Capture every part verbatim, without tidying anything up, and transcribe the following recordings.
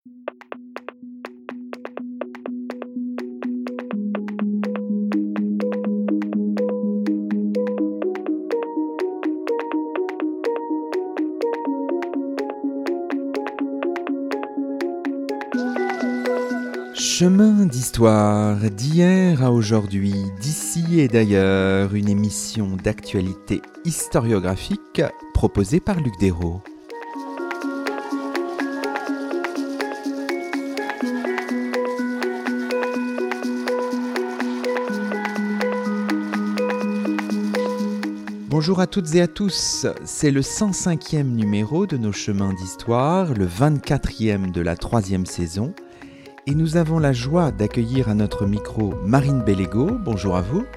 Chemin d'histoire, d'hier à aujourd'hui, d'ici et d'ailleurs, une émission d'actualité historiographique proposée par Luc Dérault. Bonjour à toutes et à tous, c'est le cent cinquième numéro de nos chemins d'histoire, le vingt-quatrième de la troisième saison. Et nous avons la joie d'accueillir à notre micro Marine Bellego. Bonjour à vous.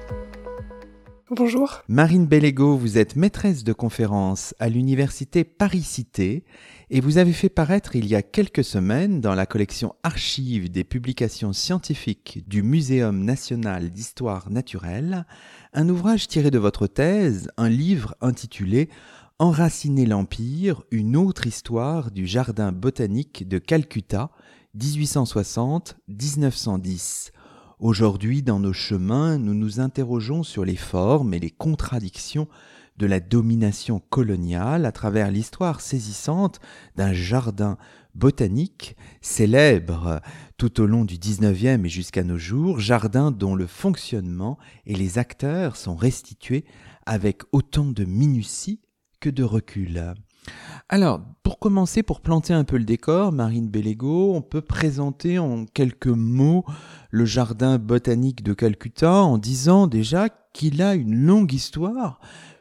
Bonjour. Marine Bellego, vous êtes maîtresse de conférences à l'université Paris-Cité et vous avez fait paraître il y a quelques semaines dans la collection Archives des publications scientifiques du Muséum national d'histoire naturelle un ouvrage tiré de votre thèse, un livre intitulé « Enraciner l'Empire, une autre histoire du jardin botanique de Calcutta » dix-huit cent soixante à dix-neuf cent dix. Aujourd'hui, dans nos chemins, nous nous interrogeons sur les formes et les contradictions de la domination coloniale à travers l'histoire saisissante d'un jardin botanique célèbre tout au long du dix-neuvième et jusqu'à nos jours, jardin dont le fonctionnement et les acteurs sont restitués avec autant de minutie que de recul. Alors, pour commencer, pour planter un peu le décor, Marine Bellego, on peut présenter en quelques mots le jardin botanique de Calcutta en disant déjà qu'il a une longue histoire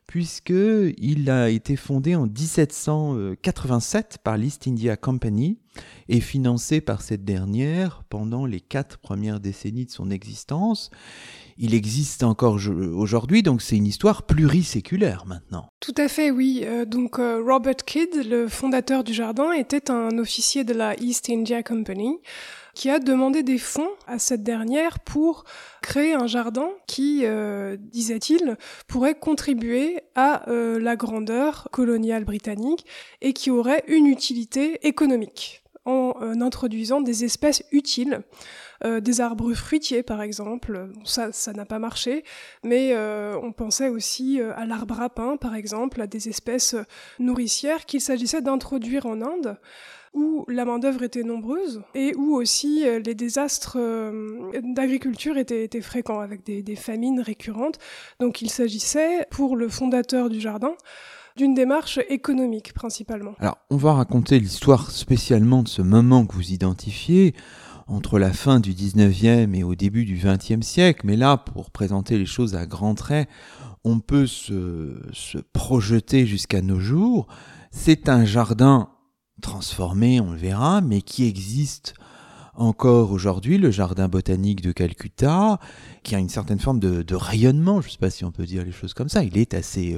puisqu'il a été fondé en dix-sept cent quatre-vingt-sept par l'East India Company et financé par cette dernière pendant les quatre premières décennies de son existence. Il existe encore aujourd'hui, donc c'est une histoire pluriséculaire maintenant. Tout à fait, oui. Euh, donc euh, Robert Kidd, le fondateur du jardin, était un officier de la East India Company qui a demandé des fonds à cette dernière pour créer un jardin qui, euh, disait-il, pourrait contribuer à euh, la grandeur coloniale britannique et qui aurait une utilité économique en euh, introduisant des espèces utiles. Euh, des arbres fruitiers par exemple, bon, ça ça n'a pas marché, mais euh, on pensait aussi euh, à l'arbre à pain par exemple, à des espèces nourricières qu'il s'agissait d'introduire en Inde, où la main-d'œuvre était nombreuse et où aussi euh, les désastres euh, d'agriculture étaient, étaient fréquents, avec des, des famines récurrentes. Donc il s'agissait, pour le fondateur du jardin, d'une démarche économique principalement. Alors on va raconter l'histoire spécialement de ce moment que vous identifiez, entre la fin du dix-neuvième et au début du vingtième siècle, mais là, pour présenter les choses à grands traits, on peut se, se projeter jusqu'à nos jours. C'est un jardin transformé, on le verra, mais qui existe encore aujourd'hui, le jardin botanique de Calcutta, qui a une certaine forme de, de rayonnement, je ne sais pas si on peut dire les choses comme ça, il est assez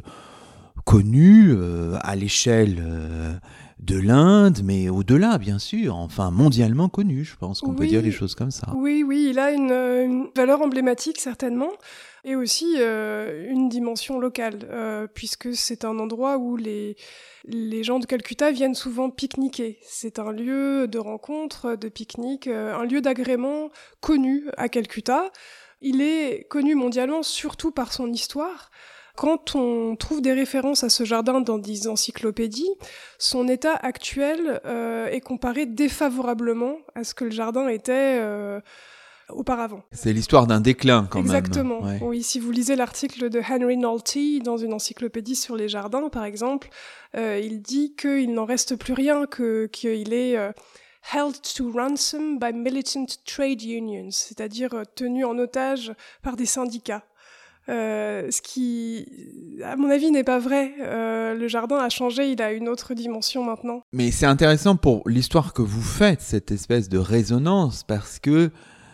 connu euh, à l'échelle euh, de l'Inde, mais au-delà, bien sûr, enfin mondialement connu, je pense qu'on oui, peut dire les choses comme ça. Oui, oui, il a une, une valeur emblématique certainement, et aussi euh, une dimension locale, euh, puisque c'est un endroit où les, les gens de Calcutta viennent souvent pique-niquer. C'est un lieu de rencontre, de pique-nique, euh, un lieu d'agrément connu à Calcutta. Il est connu mondialement surtout par son histoire. Quand on trouve des références à ce jardin dans des encyclopédies, son état actuel euh, est comparé défavorablement à ce que le jardin était euh, auparavant. C'est l'histoire d'un déclin quand Exactement. même. Exactement. Ouais. Oui, si vous lisez l'article de Henry Nolte dans une encyclopédie sur les jardins, par exemple, euh, il dit qu'il n'en reste plus rien, que, qu'il est euh, held to ransom by militant trade unions, c'est-à-dire euh, tenu en otage par des syndicats. Euh, ce qui, à mon avis, n'est pas vrai. Euh, le jardin a changé, il a une autre dimension maintenant. Mais c'est intéressant pour l'histoire que vous faites, cette espèce de résonance, parce que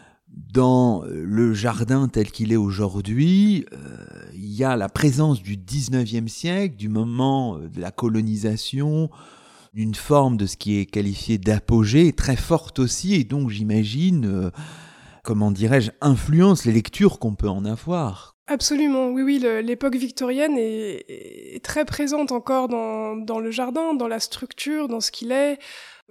dans le jardin tel qu'il est aujourd'hui, euh, il y a la présence du dix-neuvième siècle, du moment de la colonisation, d'une forme de ce qui est qualifié d'apogée, très forte aussi, et donc j'imagine, euh, comment dirais-je, influence les lectures qu'on peut en avoir. Absolument, oui, oui, le, l'époque victorienne est, est très présente encore dans, dans le jardin, dans la structure, dans ce qu'il est.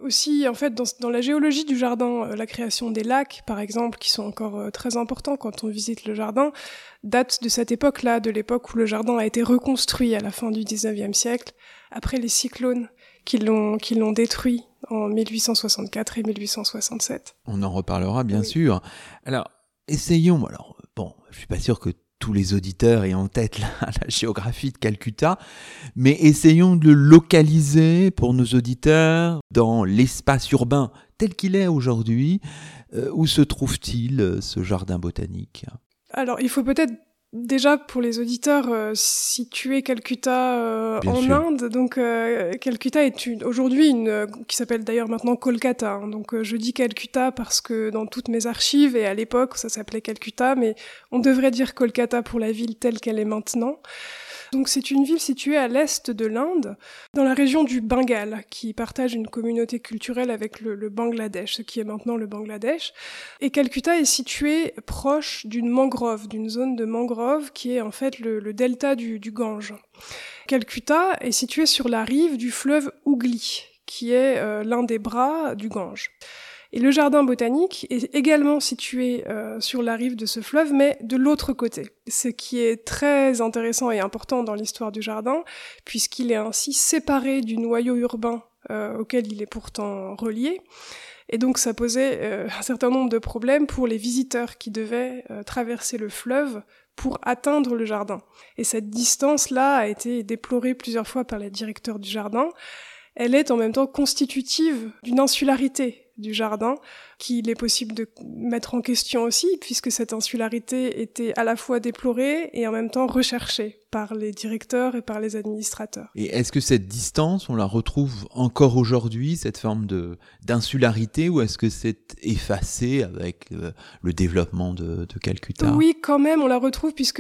Aussi, en fait, dans, dans la géologie du jardin, euh, la création des lacs, par exemple, qui sont encore euh, très importants quand on visite le jardin, date de cette époque-là, de l'époque où le jardin a été reconstruit à la fin du dix-neuvième siècle, après les cyclones qui l'ont, qui l'ont détruit en mille huit cent soixante-quatre et mille huit cent soixante-sept. On en reparlera, bien oui. sûr. Alors, essayons. Alors, bon, je suis pas sûr que tous les auditeurs aient en tête la, la géographie de Calcutta, mais essayons de le localiser pour nos auditeurs dans l'espace urbain tel qu'il est aujourd'hui. Euh, où se trouve-t-il, ce jardin botanique ? Alors, il faut peut-être déjà, pour les auditeurs, euh, situer Calcutta euh, en sûr. Inde. Donc, euh, Calcutta est une, aujourd'hui une euh, qui s'appelle d'ailleurs maintenant Kolkata. Hein. Donc, euh, je dis Calcutta parce que dans toutes mes archives et à l'époque, ça s'appelait Calcutta, mais on devrait dire Kolkata pour la ville telle qu'elle est maintenant. Donc c'est une ville située à l'est de l'Inde, dans la région du Bengale, qui partage une communauté culturelle avec le, le Bangladesh, ce qui est maintenant le Bangladesh. Et Calcutta est située proche d'une mangrove, d'une zone de mangrove qui est en fait le, le delta du, du Gange. Calcutta est située sur la rive du fleuve Hooghly, qui est euh, l'un des bras du Gange. Et le jardin botanique est également situé euh, sur la rive de ce fleuve, mais de l'autre côté. Ce qui est très intéressant et important dans l'histoire du jardin, puisqu'il est ainsi séparé du noyau urbain euh, auquel il est pourtant relié. Et donc ça posait euh, un certain nombre de problèmes pour les visiteurs qui devaient euh, traverser le fleuve pour atteindre le jardin. Et cette distance-là a été déplorée plusieurs fois par les directeurs du jardin. Elle est en même temps constitutive d'une insularité du jardin, qu'il est possible de mettre en question aussi, puisque cette insularité était à la fois déplorée et en même temps recherchée par les directeurs et par les administrateurs. Et est-ce que cette distance, on la retrouve encore aujourd'hui, cette forme de, d'insularité, ou est-ce que c'est effacé avec le, le développement de, de Calcutta ? Oui, quand même, on la retrouve, puisque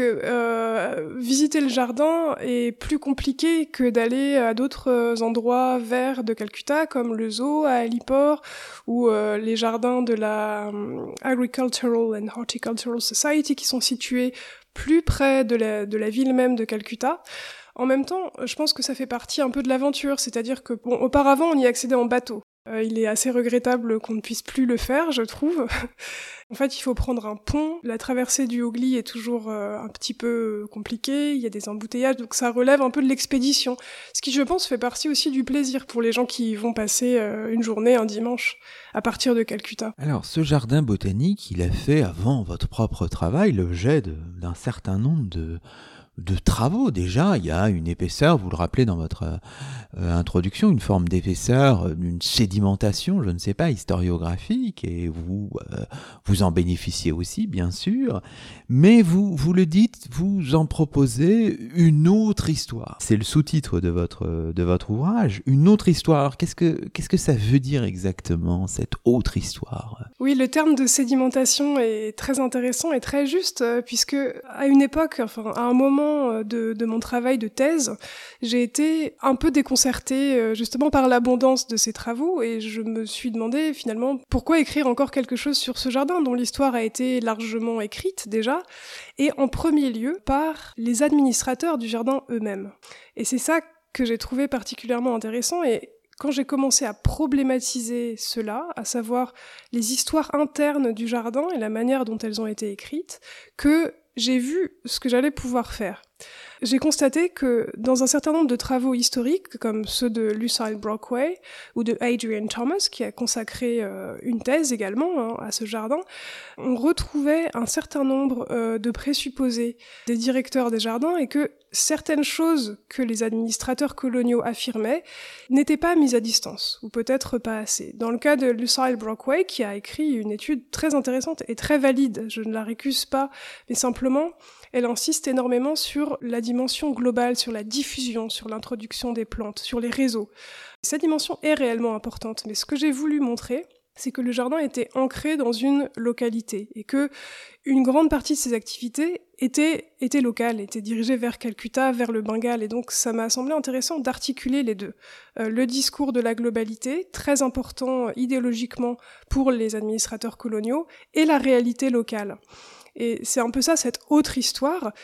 euh, visiter le jardin est plus compliqué que d'aller à d'autres endroits verts de Calcutta, comme le zoo à Alipore, ou euh, les jardins de la um, Agricultural and Horticultural Society, qui sont situés plus près de la, de la ville même de Calcutta. En même temps, je pense que ça fait partie un peu de l'aventure, c'est-à-dire que, bon, auparavant, on y accédait en bateau. Euh, il est assez regrettable qu'on ne puisse plus le faire, je trouve. En fait, il faut prendre un pont. La traversée du Hooghly est toujours euh, un petit peu compliquée. Il y a des embouteillages, donc ça relève un peu de l'expédition. Ce qui, je pense, fait partie aussi du plaisir pour les gens qui vont passer euh, une journée, un dimanche, à partir de Calcutta. Alors, ce jardin botanique, il a fait, avant votre propre travail, l'objet de, d'un certain nombre de... de travaux. Déjà, il y a une épaisseur, vous le rappelez dans votre euh, introduction, une forme d'épaisseur, une sédimentation, je ne sais pas, historiographique, et vous euh, vous en bénéficiez aussi, bien sûr, mais vous, vous le dites, vous en proposez une autre histoire. C'est le sous-titre de votre, de votre ouvrage, une autre histoire. Qu'est-ce que, qu'est-ce que ça veut dire exactement, cette autre histoire ? Oui, le terme de sédimentation est très intéressant et très juste, puisque à une époque, enfin, à un moment De, de mon travail de thèse, j'ai été un peu déconcertée justement par l'abondance de ces travaux et je me suis demandé finalement pourquoi écrire encore quelque chose sur ce jardin dont l'histoire a été largement écrite déjà, et en premier lieu par les administrateurs du jardin eux-mêmes. Et c'est ça que j'ai trouvé particulièrement intéressant, et quand j'ai commencé à problématiser cela, à savoir les histoires internes du jardin et la manière dont elles ont été écrites, que j'ai vu ce que j'allais pouvoir faire. J'ai constaté que dans un certain nombre de travaux historiques, comme ceux de Lucille Brockway ou de Adrian Thomas, qui a consacré euh, une thèse également hein, à ce jardin, on retrouvait un certain nombre euh, de présupposés des directeurs des jardins et que certaines choses que les administrateurs coloniaux affirmaient n'étaient pas mises à distance, ou peut-être pas assez. Dans le cas de Lucille Brockway, qui a écrit une étude très intéressante et très valide, je ne la récuse pas, mais simplement, elle insiste énormément sur la dimension globale, sur la diffusion, sur l'introduction des plantes, sur les réseaux. Cette dimension est réellement importante, mais ce que j'ai voulu montrer, c'est que le jardin était ancré dans une localité et que une grande partie de ses activités étaient, étaient locales, étaient dirigées vers Calcutta, vers le Bengale, et donc ça m'a semblé intéressant d'articuler les deux. Euh, le discours de la globalité, très important euh, idéologiquement pour les administrateurs coloniaux, et la réalité locale. Et c'est un peu ça, cette autre histoire.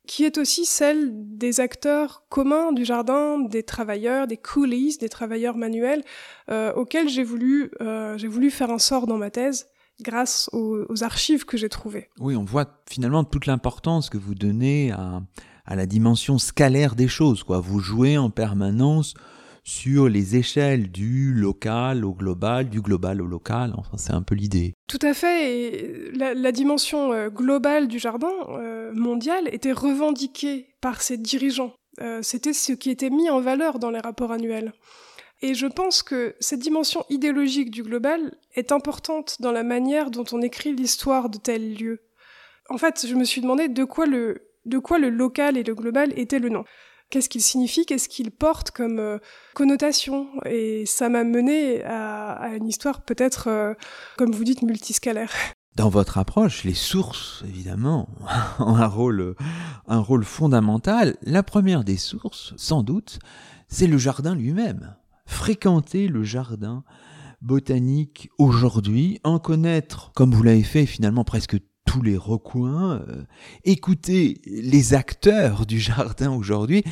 qui est aussi celle des acteurs communs du jardin, des travailleurs, des coolies, des travailleurs manuels, euh, auxquels j'ai voulu, euh, j'ai voulu faire un sort dans ma thèse grâce aux, aux archives que j'ai trouvées. Oui, on voit finalement toute l'importance que vous donnez à, à la dimension scalaire des choses, quoi. Vous jouez en permanence sur les échelles du local au global, du global au local, enfin c'est un peu l'idée. Tout à fait, et la, la dimension euh, globale du jardin euh, mondial était revendiquée par ses dirigeants. Euh, c'était ce qui était mis en valeur dans les rapports annuels. Et je pense que cette dimension idéologique du global est importante dans la manière dont on écrit l'histoire de tel lieu. En fait, je me suis demandé de quoi le, de quoi le local et le global étaient le nom. Qu'est-ce qu'il signifie, qu'est-ce qu'il porte comme euh, connotation. Et ça m'a mené à, à une histoire peut-être, euh, comme vous dites, multiscalaire. Dans votre approche, les sources, évidemment, ont un rôle, un rôle fondamental. La première des sources, sans doute, c'est le jardin lui-même. Fréquenter le jardin botanique aujourd'hui, en connaître, comme vous l'avez fait finalement presque tous les recoins, euh, écouter les acteurs du jardin aujourd'hui,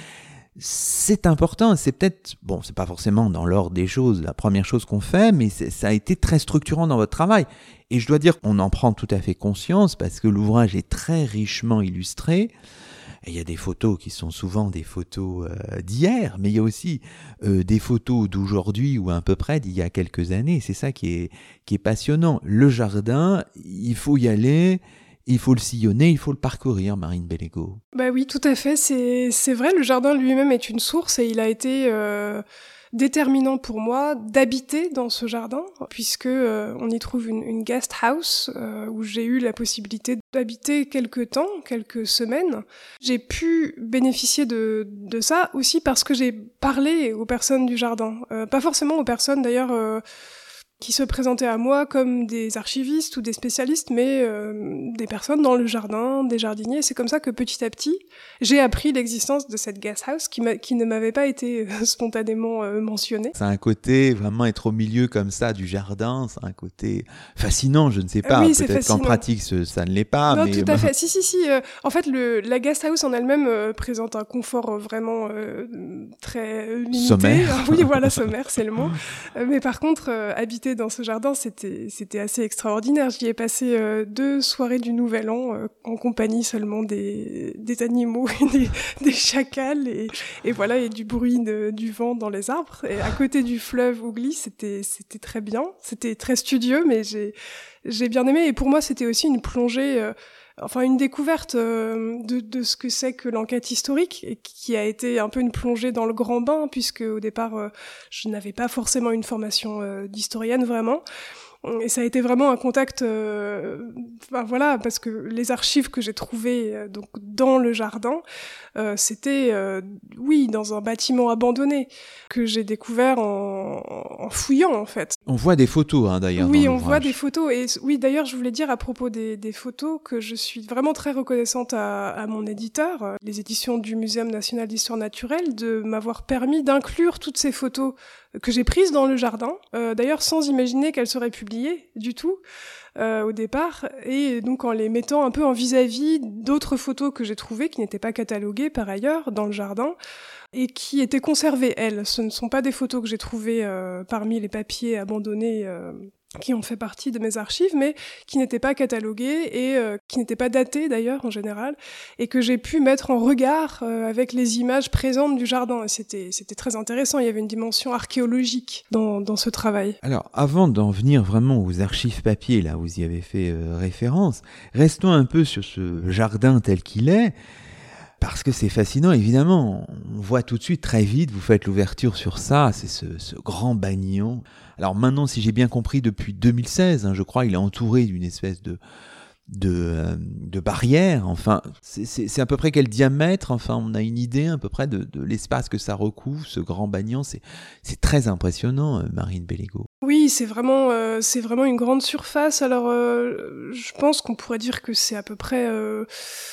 c'est important. C'est peut-être, bon, c'est pas forcément dans l'ordre des choses la première chose qu'on fait, mais ça a été très structurant dans votre travail. Et je dois dire qu'on en prend tout à fait conscience parce que l'ouvrage est très richement illustré. Et il y a des photos qui sont souvent des photos euh, d'hier, mais il y a aussi euh, des photos d'aujourd'hui ou à peu près d'il y a quelques années. C'est ça qui est, qui est passionnant. Le jardin, il faut y aller, il faut le sillonner, il faut le parcourir, Marine Bellego. Bah oui, tout à fait. C'est, c'est vrai, le jardin lui-même est une source et il a été euh, déterminant pour moi d'habiter dans ce jardin, puisque euh, on y trouve une, une guest house euh, où j'ai eu la possibilité d'habiter quelques temps, quelques semaines. J'ai pu bénéficier de, de ça aussi parce que j'ai parlé aux personnes du jardin. Euh, pas forcément aux personnes d'ailleurs euh, qui se présentaient à moi comme des archivistes ou des spécialistes, mais euh, des personnes dans le jardin, des jardiniers. C'est comme ça que petit à petit, j'ai appris l'existence de cette guest house qui, m'a, qui ne m'avait pas été euh, spontanément euh, mentionnée. C'est un côté, vraiment être au milieu comme ça du jardin, c'est un côté fascinant, je ne sais pas, oui, peut-être qu'en pratique ce, ça ne l'est pas. Non, mais tout à fait. Si, si, si. Euh, en fait, le, la guest house en elle-même euh, présente un confort euh, vraiment euh, très limité. Sommaire. Oui, voilà, sommaire, c'est le mot. Euh, mais par contre, euh, habiter dans ce jardin, c'était, c'était assez extraordinaire. J'y ai passé euh, deux soirées du Nouvel An euh, en compagnie seulement des, des animaux, des, des chacals et, et voilà, et du bruit de, du vent dans les arbres. Et à côté du fleuve Ougli, c'était, c'était très bien. C'était très studieux, mais j'ai, j'ai bien aimé. Et pour moi, c'était aussi une plongée, euh, enfin une découverte euh, de, de ce que c'est que l'enquête historique, et qui a été un peu une plongée dans le grand bain, puisque au départ, euh, je n'avais pas forcément une formation euh, d'historienne vraiment. Et ça a été vraiment un contact, euh, enfin voilà, parce que les archives que j'ai trouvées euh, donc dans le jardin, euh, c'était, euh, oui, dans un bâtiment abandonné que j'ai découvert en, en fouillant en fait. On voit des photos hein, d'ailleurs. Oui, dans on l'ouvrage. voit des photos. Et oui, d'ailleurs, je voulais dire à propos des, des photos que je suis vraiment très reconnaissante à, à mon éditeur, euh, les éditions du Muséum national d'histoire naturelle, de m'avoir permis d'inclure toutes ces photos que j'ai prises dans le jardin, euh, d'ailleurs sans imaginer qu'elles seraient publiées du tout euh, au départ, et donc en les mettant un peu en vis-à-vis d'autres photos que j'ai trouvées, qui n'étaient pas cataloguées par ailleurs dans le jardin, et qui étaient conservées, elles. Ce ne sont pas des photos que j'ai trouvées euh, parmi les papiers abandonnés euh, qui ont fait partie de mes archives, mais qui n'étaient pas cataloguées et euh, qui n'étaient pas datées d'ailleurs en général, et que j'ai pu mettre en regard euh, avec les images présentes du jardin. Et c'était, c'était très intéressant, il y avait une dimension archéologique dans, dans ce travail. Alors, avant d'en venir vraiment aux archives papier, là, vous y avez fait euh, référence, restons un peu sur ce jardin tel qu'il est, parce que c'est fascinant, évidemment. On voit tout de suite, très vite, vous faites l'ouverture sur ça, c'est ce, ce grand bagnon. Alors maintenant, si j'ai bien compris, depuis deux mille seize, hein, je crois, il est entouré d'une espèce de, de, euh, de barrière. Enfin, c'est, c'est, c'est à peu près quel diamètre? Enfin, on a une idée à peu près de, de l'espace que ça recouvre, ce grand bagnon. C'est, c'est très impressionnant, euh, Marine Bellego. Oui, c'est vraiment, euh, c'est vraiment une grande surface. Alors, euh, je pense qu'on pourrait dire que c'est à peu près... Euh,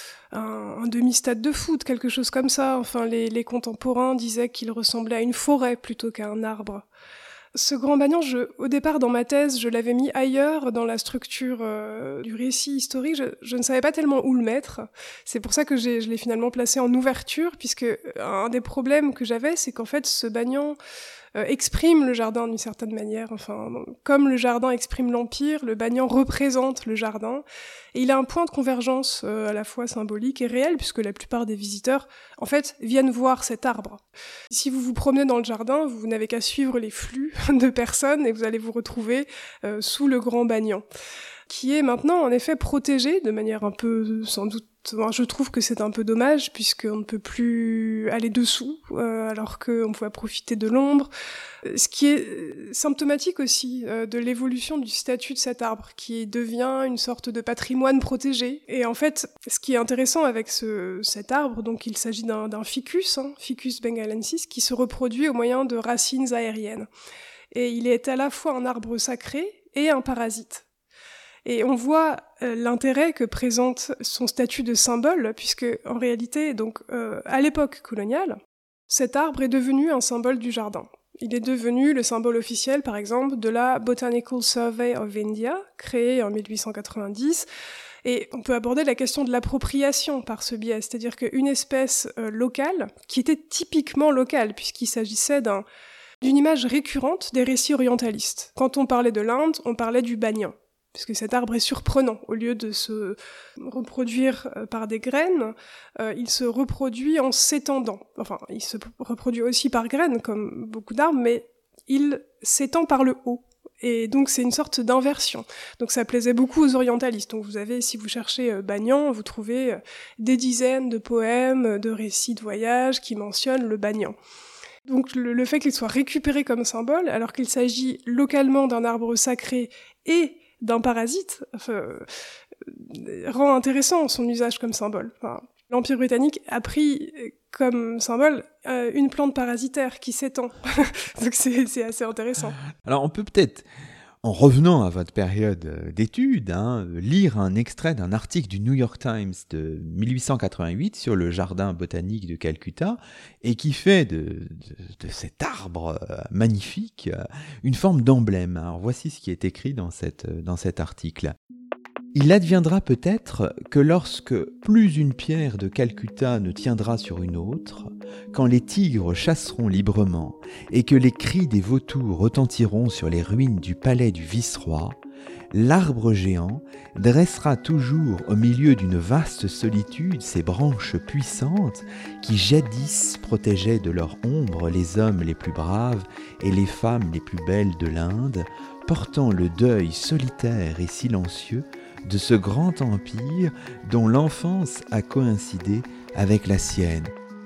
Un, un demi-stade de foot, quelque chose comme ça. Enfin, les, les contemporains disaient qu'il ressemblait à une forêt plutôt qu'à un arbre. Ce grand banyan, je, au départ, dans ma thèse, je l'avais mis ailleurs dans la structure euh, du récit historique. Je, je ne savais pas tellement où le mettre. C'est pour ça que j'ai, je l'ai finalement placé en ouverture, puisque un des problèmes que j'avais, c'est qu'en fait, ce banyan euh, exprime le jardin d'une certaine manière. Enfin, comme le jardin exprime l'Empire, le banyan représente le jardin. Et il a un point de convergence euh, à la fois symbolique et réel, puisque la plupart des visiteurs, en fait, viennent voir cet arbre. Si vous vous promenez dans le jardin, vous n'avez qu'à suivre les flux de personnes et vous allez vous retrouver euh, sous le grand banyan, qui est maintenant en effet protégé de manière un peu, sans doute, enfin, je trouve que c'est un peu dommage puisqu'on ne peut plus aller dessous euh, alors qu'on pouvait profiter de l'ombre. Ce qui est symptomatique aussi euh, de l'évolution du statut de cet arbre qui devient une sorte de patrimoine protégé. Et en fait, ce qui est intéressant avec ce, cet arbre, donc il s'agit d'un, d'un ficus, hein, Ficus bengalensis, qui se reproduit au moyen de racines aériennes. Et il est à la fois un arbre sacré et un parasite. Et on voit euh, l'intérêt que présente son statut de symbole, puisque en réalité, donc euh, à l'époque coloniale, cet arbre est devenu un symbole du jardin. Il est devenu le symbole officiel, par exemple, de la Botanical Survey of India, créée en mille huit cent quatre-vingt-dix. Et on peut aborder la question de l'appropriation par ce biais, c'est-à-dire qu'une espèce euh, locale, qui était typiquement locale, puisqu'il s'agissait d'un, d'une image récurrente des récits orientalistes. Quand on parlait de l'Inde, on parlait du banyan, puisque cet arbre est surprenant. Au lieu de se reproduire par des graines, euh, il se reproduit en s'étendant. Enfin, il se reproduit aussi par graines, comme beaucoup d'arbres, mais il s'étend par le haut. Et donc c'est une sorte d'inversion. Donc ça plaisait beaucoup aux orientalistes. Donc vous avez, si vous cherchez euh, banyan, vous trouvez euh, des dizaines de poèmes, de récits de voyage qui mentionnent le banyan. Donc le, le fait qu'il soit récupéré comme symbole, alors qu'il s'agit localement d'un arbre sacré et d'un parasite, enfin, euh, rend intéressant son usage comme symbole. Enfin, l'Empire britannique a pris comme symbole euh, une plante parasitaire qui s'étend. Donc c'est, c'est assez intéressant. Alors on peut peut-être, en revenant à votre période d'études, hein, lire un extrait d'un article du New York Times de mille huit cent quatre-vingt-huit sur le jardin botanique de Calcutta et qui fait de, de, de cet arbre magnifique une forme d'emblème. Alors voici ce qui est écrit dans, cette, dans cet article. Il adviendra peut-être que lorsque plus une pierre de Calcutta ne tiendra sur une autre, quand les tigres chasseront librement et que les cris des vautours retentiront sur les ruines du palais du vice-roi, l'arbre géant dressera toujours au milieu d'une vaste solitude ses branches puissantes qui jadis protégeaient de leur ombre les hommes les plus braves et les femmes les plus belles de l'Inde, portant le deuil solitaire et silencieux de ce grand empire dont l'enfance a coïncidé avec la sienne.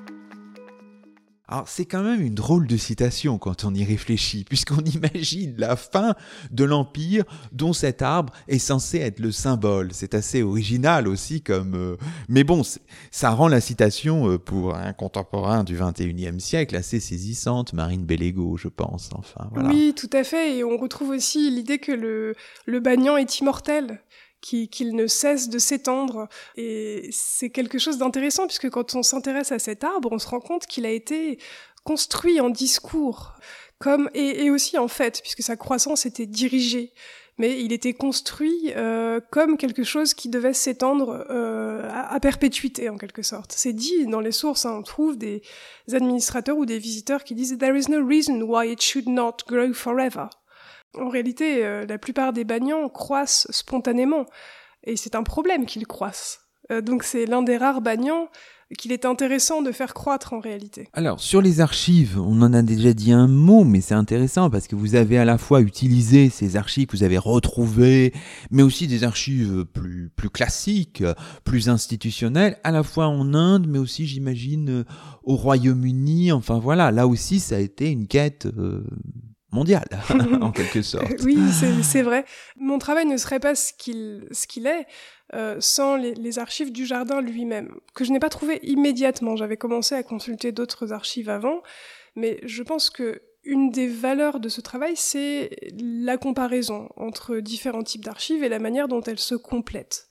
Alors c'est quand même une drôle de citation quand on y réfléchit, puisqu'on imagine la fin de l'Empire dont cet arbre est censé être le symbole. C'est assez original aussi comme... Euh... Mais bon, ça rend la citation pour un contemporain du vingt et unième siècle assez saisissante, Marine Bellego, je pense. Enfin, voilà. Oui, tout à fait, et on retrouve aussi l'idée que le, le banyan est immortel. Qu'il ne cesse de s'étendre. Et c'est quelque chose d'intéressant, puisque quand on s'intéresse à cet arbre, on se rend compte qu'il a été construit en discours, comme et, et aussi en fait, puisque sa croissance était dirigée. Mais il était construit euh, comme quelque chose qui devait s'étendre euh, à, à perpétuité, en quelque sorte. C'est dit dans les sources, hein, on trouve des administrateurs ou des visiteurs qui disent « There is no reason why it should not grow forever ». En réalité, euh, la plupart des banyans croissent spontanément, et c'est un problème qu'ils croissent. Euh, donc c'est l'un des rares banyans qu'il est intéressant de faire croître en réalité. Alors, sur les archives, on en a déjà dit un mot, mais c'est intéressant parce que vous avez à la fois utilisé ces archives que vous avez retrouvées, mais aussi des archives plus, plus classiques, plus institutionnelles, à la fois en Inde, mais aussi, j'imagine, au Royaume-Uni. Enfin voilà, là aussi, ça a été une quête... Euh... mondial, en quelque sorte. Oui, c'est, c'est vrai. Mon travail ne serait pas ce qu'il, ce qu'il est euh, sans les, les archives du jardin lui-même, que je n'ai pas trouvé immédiatement. J'avais commencé à consulter d'autres archives avant, mais je pense que une des valeurs de ce travail, c'est la comparaison entre différents types d'archives et la manière dont elles se complètent.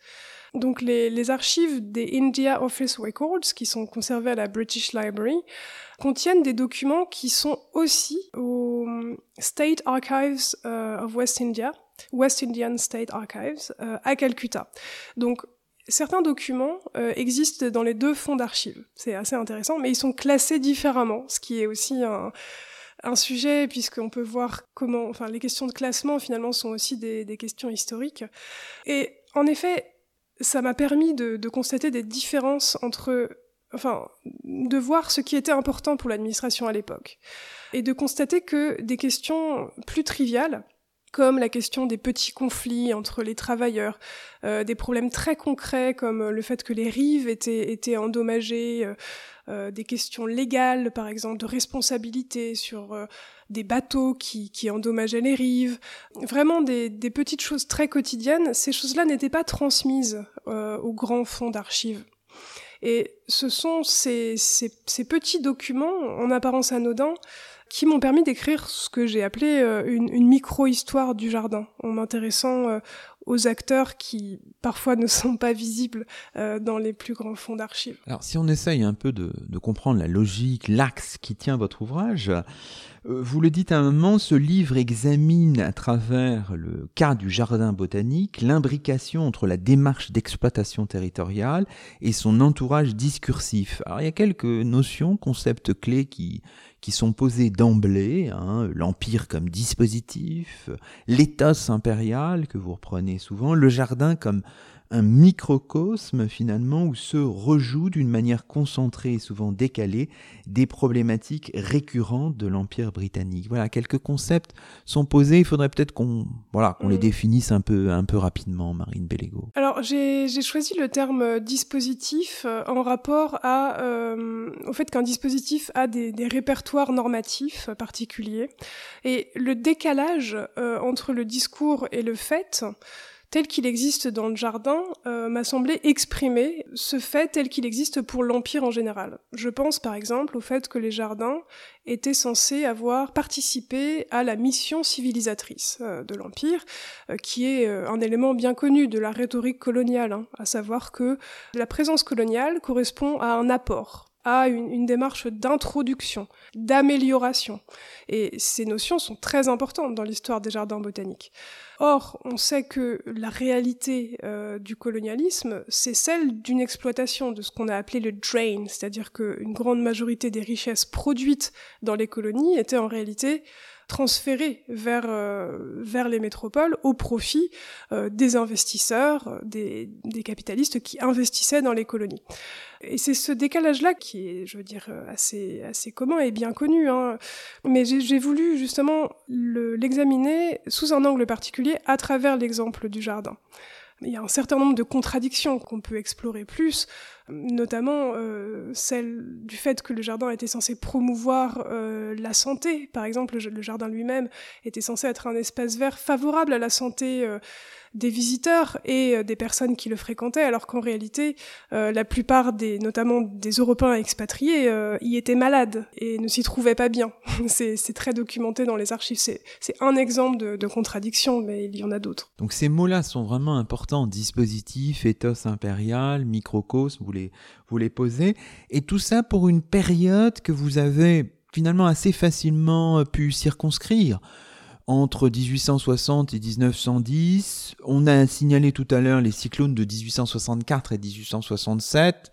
Donc les, les archives des India Office Records, qui sont conservées à la British Library, contiennent des documents qui sont aussi au State Archives uh, of West India, West Indian State Archives, uh, à Calcutta. Donc certains documents euh, existent dans les deux fonds d'archives. C'est assez intéressant, mais ils sont classés différemment, ce qui est aussi un, un sujet, puisqu'on peut voir comment... Enfin, les questions de classement, finalement, sont aussi des, des questions historiques. Et en effet, ça m'a permis de, de constater des différences entre... Enfin, de voir ce qui était important pour l'administration à l'époque. Et de constater que des questions plus triviales, comme la question des petits conflits entre les travailleurs, euh, des problèmes très concrets comme le fait que les rives étaient, étaient endommagées, euh, euh, des questions légales, par exemple, de responsabilité sur euh, des bateaux qui, qui endommageaient les rives, vraiment des, des petites choses très quotidiennes, ces choses-là n'étaient pas transmises euh, au grand fonds d'archives. Et ce sont ces, ces, ces petits documents, en apparence anodins, qui m'ont permis d'écrire ce que j'ai appelé euh, une, une micro-histoire du jardin, en m'intéressant euh, aux acteurs qui parfois ne sont pas visibles euh, dans les plus grands fonds d'archives. Alors si on essaye un peu de, de comprendre la logique, l'axe qui tient votre ouvrage, euh, vous le dites à un moment, ce livre examine à travers le cas du jardin botanique l'imbrication entre la démarche d'exploitation territoriale et son entourage discursif. Alors il y a quelques notions, concepts clés qui... qui sont posés d'emblée, hein, l'empire comme dispositif, l'éthos impérial que vous reprenez souvent, le jardin comme un microcosme finalement où se rejouent d'une manière concentrée et souvent décalée des problématiques récurrentes de l'Empire britannique. Voilà, quelques concepts sont posés, il faudrait peut-être qu'on, voilà, qu'on mmh. les définisse un peu, un peu rapidement, Marine Bellego. Alors j'ai, j'ai choisi le terme dispositif euh, en rapport à, euh, au fait qu'un dispositif a des, des répertoires normatifs particuliers, et le décalage euh, entre le discours et le fait tel qu'il existe dans le jardin, euh, m'a semblé exprimer ce fait tel qu'il existe pour l'Empire en général. Je pense par exemple au fait que les jardins étaient censés avoir participé à la mission civilisatrice euh, de l'Empire, euh, qui est euh, un élément bien connu de la rhétorique coloniale, hein, à savoir que la présence coloniale correspond à un apport, à une, une démarche d'introduction, d'amélioration. Et ces notions sont très importantes dans l'histoire des jardins botaniques. Or, on sait que la réalité euh, du colonialisme, c'est celle d'une exploitation de ce qu'on a appelé le drain, c'est-à-dire qu'une grande majorité des richesses produites dans les colonies étaient en réalité transférées vers, euh, vers les métropoles au profit euh, des investisseurs, des, des capitalistes qui investissaient dans les colonies. Et c'est ce décalage-là qui est, je veux dire, assez, assez commun et bien connu, hein. Mais j'ai, j'ai voulu justement le, l'examiner sous un angle particulier à travers l'exemple du jardin. Il y a un certain nombre de contradictions qu'on peut explorer plus, notamment euh, celle du fait que le jardin était censé promouvoir euh, la santé. Par exemple, le, le jardin lui-même était censé être un espace vert favorable à la santé euh, des visiteurs et euh, des personnes qui le fréquentaient, alors qu'en réalité, euh, la plupart des, notamment des Européens expatriés, euh, y étaient malades et ne s'y trouvaient pas bien. c'est, c'est très documenté dans les archives. C'est, c'est un exemple de, de contradiction, mais il y en a d'autres. Donc ces mots-là sont vraiment importants, dispositif, ethos impérial, microcosme, vous les, vous les posez, et tout ça pour une période que vous avez finalement assez facilement pu circonscrire. Entre dix-huit cent soixante et dix-neuf cent dix, on a signalé tout à l'heure les cyclones de dix-huit cent soixante-quatre et dix-huit cent soixante-sept.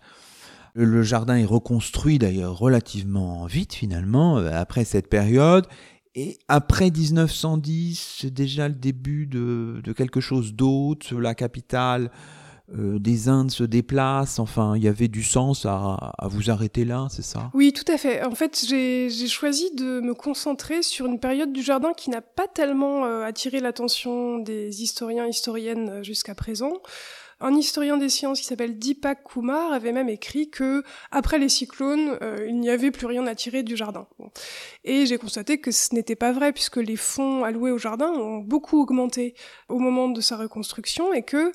Le jardin est reconstruit d'ailleurs relativement vite finalement après cette période. Et après dix-neuf cent dix, c'est déjà le début de, de quelque chose d'autre. La capitale euh, des Indes se déplace. Enfin, il y avait du sens à, à vous arrêter là, c'est ça ? Oui, tout à fait. En fait, j'ai, j'ai choisi de me concentrer sur une période du jardin qui n'a pas tellement euh, attiré l'attention des historiens, historiennes jusqu'à présent. Un historien des sciences qui s'appelle Deepak Kumar avait même écrit que après les cyclones, euh, il n'y avait plus rien à tirer du jardin. Bon. Et j'ai constaté que ce n'était pas vrai puisque les fonds alloués au jardin ont beaucoup augmenté au moment de sa reconstruction et que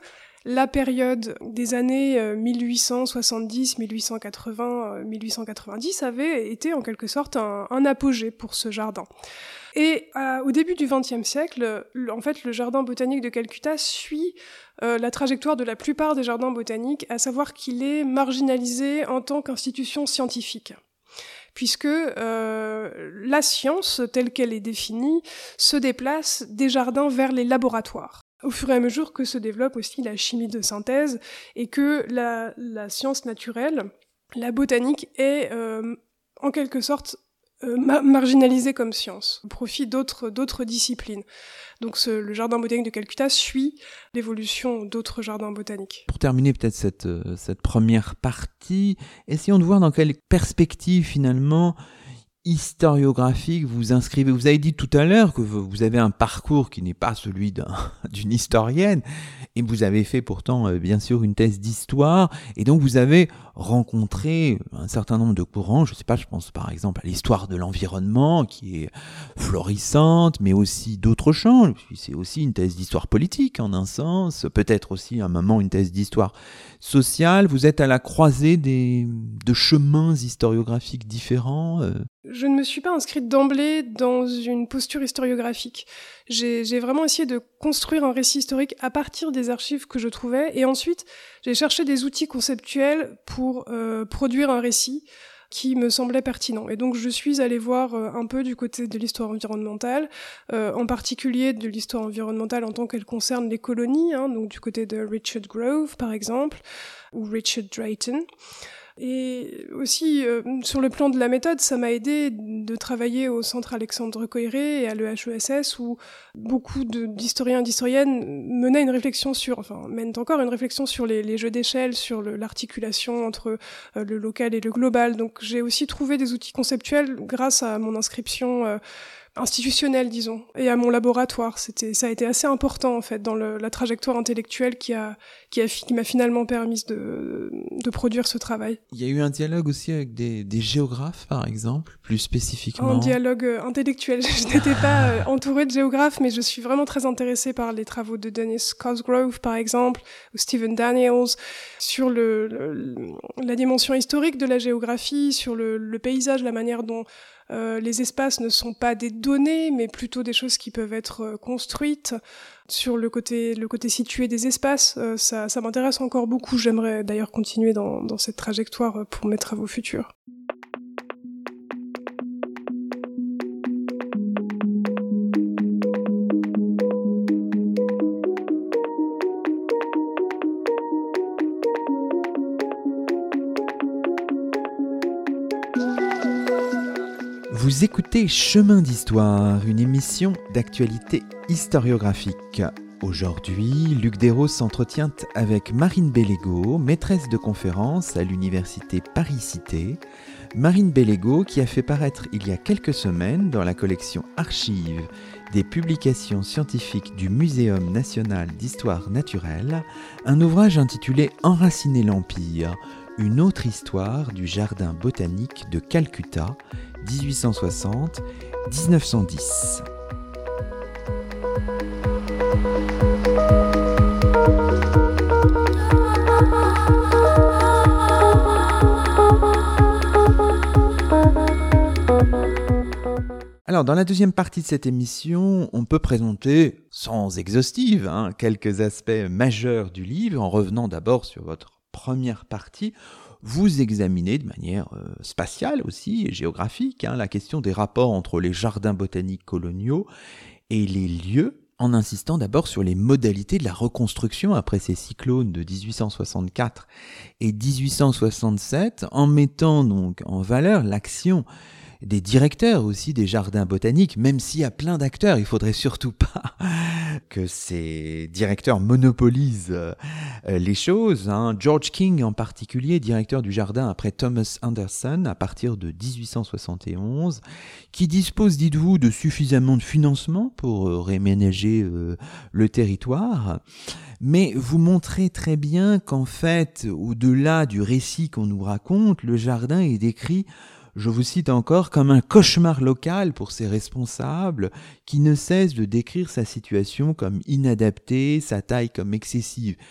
la période des années mille huit cent soixante-dix, mille huit cent quatre-vingts, mille huit cent quatre-vingt-dix avait été en quelque sorte un, un apogée pour ce jardin. Et euh, au début du vingtième siècle, le, en fait, le jardin botanique de Calcutta suit euh, la trajectoire de la plupart des jardins botaniques, à savoir qu'il est marginalisé en tant qu'institution scientifique, puisque euh, la science, telle qu'elle est définie, se déplace des jardins vers les laboratoires, au fur et à mesure que se développe aussi la chimie de synthèse et que la, la science naturelle, la botanique, est euh, en quelque sorte euh, ma- marginalisée comme science, au profit d'autres, d'autres disciplines. Donc ce, le jardin botanique de Calcutta suit l'évolution d'autres jardins botaniques. Pour terminer peut-être cette, euh, cette première partie, essayons de voir dans quelle perspective finalement historiographique vous vous inscrivez. Vous avez dit tout à l'heure que vous avez un parcours qui n'est pas celui d'un, d'une historienne, et vous avez fait pourtant euh, bien sûr une thèse d'histoire, et donc vous avez rencontré un certain nombre de courants. Je sais pas, je pense par exemple à l'histoire de l'environnement qui est florissante, mais aussi d'autres champs. C'est aussi une thèse d'histoire politique en un sens, peut-être aussi à un moment une thèse d'histoire sociale. Vous êtes à la croisée des, de chemins historiographiques différents. Euh. Je ne me suis pas inscrite d'emblée dans une posture historiographique. J'ai, j'ai vraiment essayé de construire un récit historique à partir des archives que je trouvais, et ensuite j'ai cherché des outils conceptuels pour euh, produire un récit qui me semblait pertinent. Et donc je suis allée voir euh, un peu du côté de l'histoire environnementale, euh, en particulier de l'histoire environnementale en tant qu'elle concerne les colonies, hein, donc du côté de Richard Grove par exemple, ou Richard Drayton. Et aussi, euh, sur le plan de la méthode, ça m'a aidé de travailler au Centre Alexandre Coiré et à l'E H E S S, où beaucoup de, d'historiens et d'historiennes menaient une réflexion sur, enfin, mènent encore une réflexion sur les, les jeux d'échelle, sur le, l'articulation entre euh, le local et le global. Donc j'ai aussi trouvé des outils conceptuels grâce à mon inscription euh, institutionnelle, disons, et à mon laboratoire. C'était, ça a été assez important, en fait, dans le, la trajectoire intellectuelle qui a, qui a, qui m'a finalement permis de, de produire ce travail. Il y a eu un dialogue aussi avec des, des géographes, par exemple, plus spécifiquement. Un dialogue euh, intellectuel. Je n'étais pas euh, entourée de géographes, mais je suis vraiment très intéressée par les travaux de Dennis Cosgrove, par exemple, ou Stephen Daniels, sur le, le, la dimension historique de la géographie, sur le, le paysage, la manière dont Euh, les espaces ne sont pas des données, mais plutôt des choses qui peuvent être euh, construites. Sur le côté, le côté situé des espaces, euh, ça, ça m'intéresse encore beaucoup. J'aimerais d'ailleurs continuer dans, dans cette trajectoire pour mes travaux futurs. Vous écoutez Chemin d'Histoire, une émission d'actualité historiographique. Aujourd'hui, Luc Desros s'entretient avec Marine Bellego, maîtresse de conférence à l'université Paris-Cité. Marine Bellego qui a fait paraître il y a quelques semaines dans la collection Archives des publications scientifiques du Muséum national d'histoire naturelle un ouvrage intitulé Enraciner l'Empire, une autre histoire du jardin botanique de Calcutta, dix-huit cent soixante à dix-neuf cent dix. Alors, dans la deuxième partie de cette émission, on peut présenter, sans exhaustive, hein, quelques aspects majeurs du livre, en revenant d'abord sur votre première partie. Vous examinez de manière euh, spatiale aussi, et géographique, hein, la question des rapports entre les jardins botaniques coloniaux et les lieux, en insistant d'abord sur les modalités de la reconstruction après ces cyclones de dix-huit cent soixante-quatre et dix-huit cent soixante-sept, en mettant donc en valeur l'action des directeurs aussi des jardins botaniques, même s'il y a plein d'acteurs, il faudrait surtout pas que ces directeurs monopolisent euh, les choses. Hein. George King en particulier, directeur du jardin après Thomas Anderson à partir de dix-huit cent soixante et onze, qui dispose, dites-vous, de suffisamment de financement pour euh, réménager euh, le territoire. Mais vous montrez très bien qu'en fait, au-delà du récit qu'on nous raconte, le jardin est décrit, je vous cite encore, comme un cauchemar local pour ses responsables qui ne cessent de décrire sa situation comme inadaptée, sa taille comme excessive.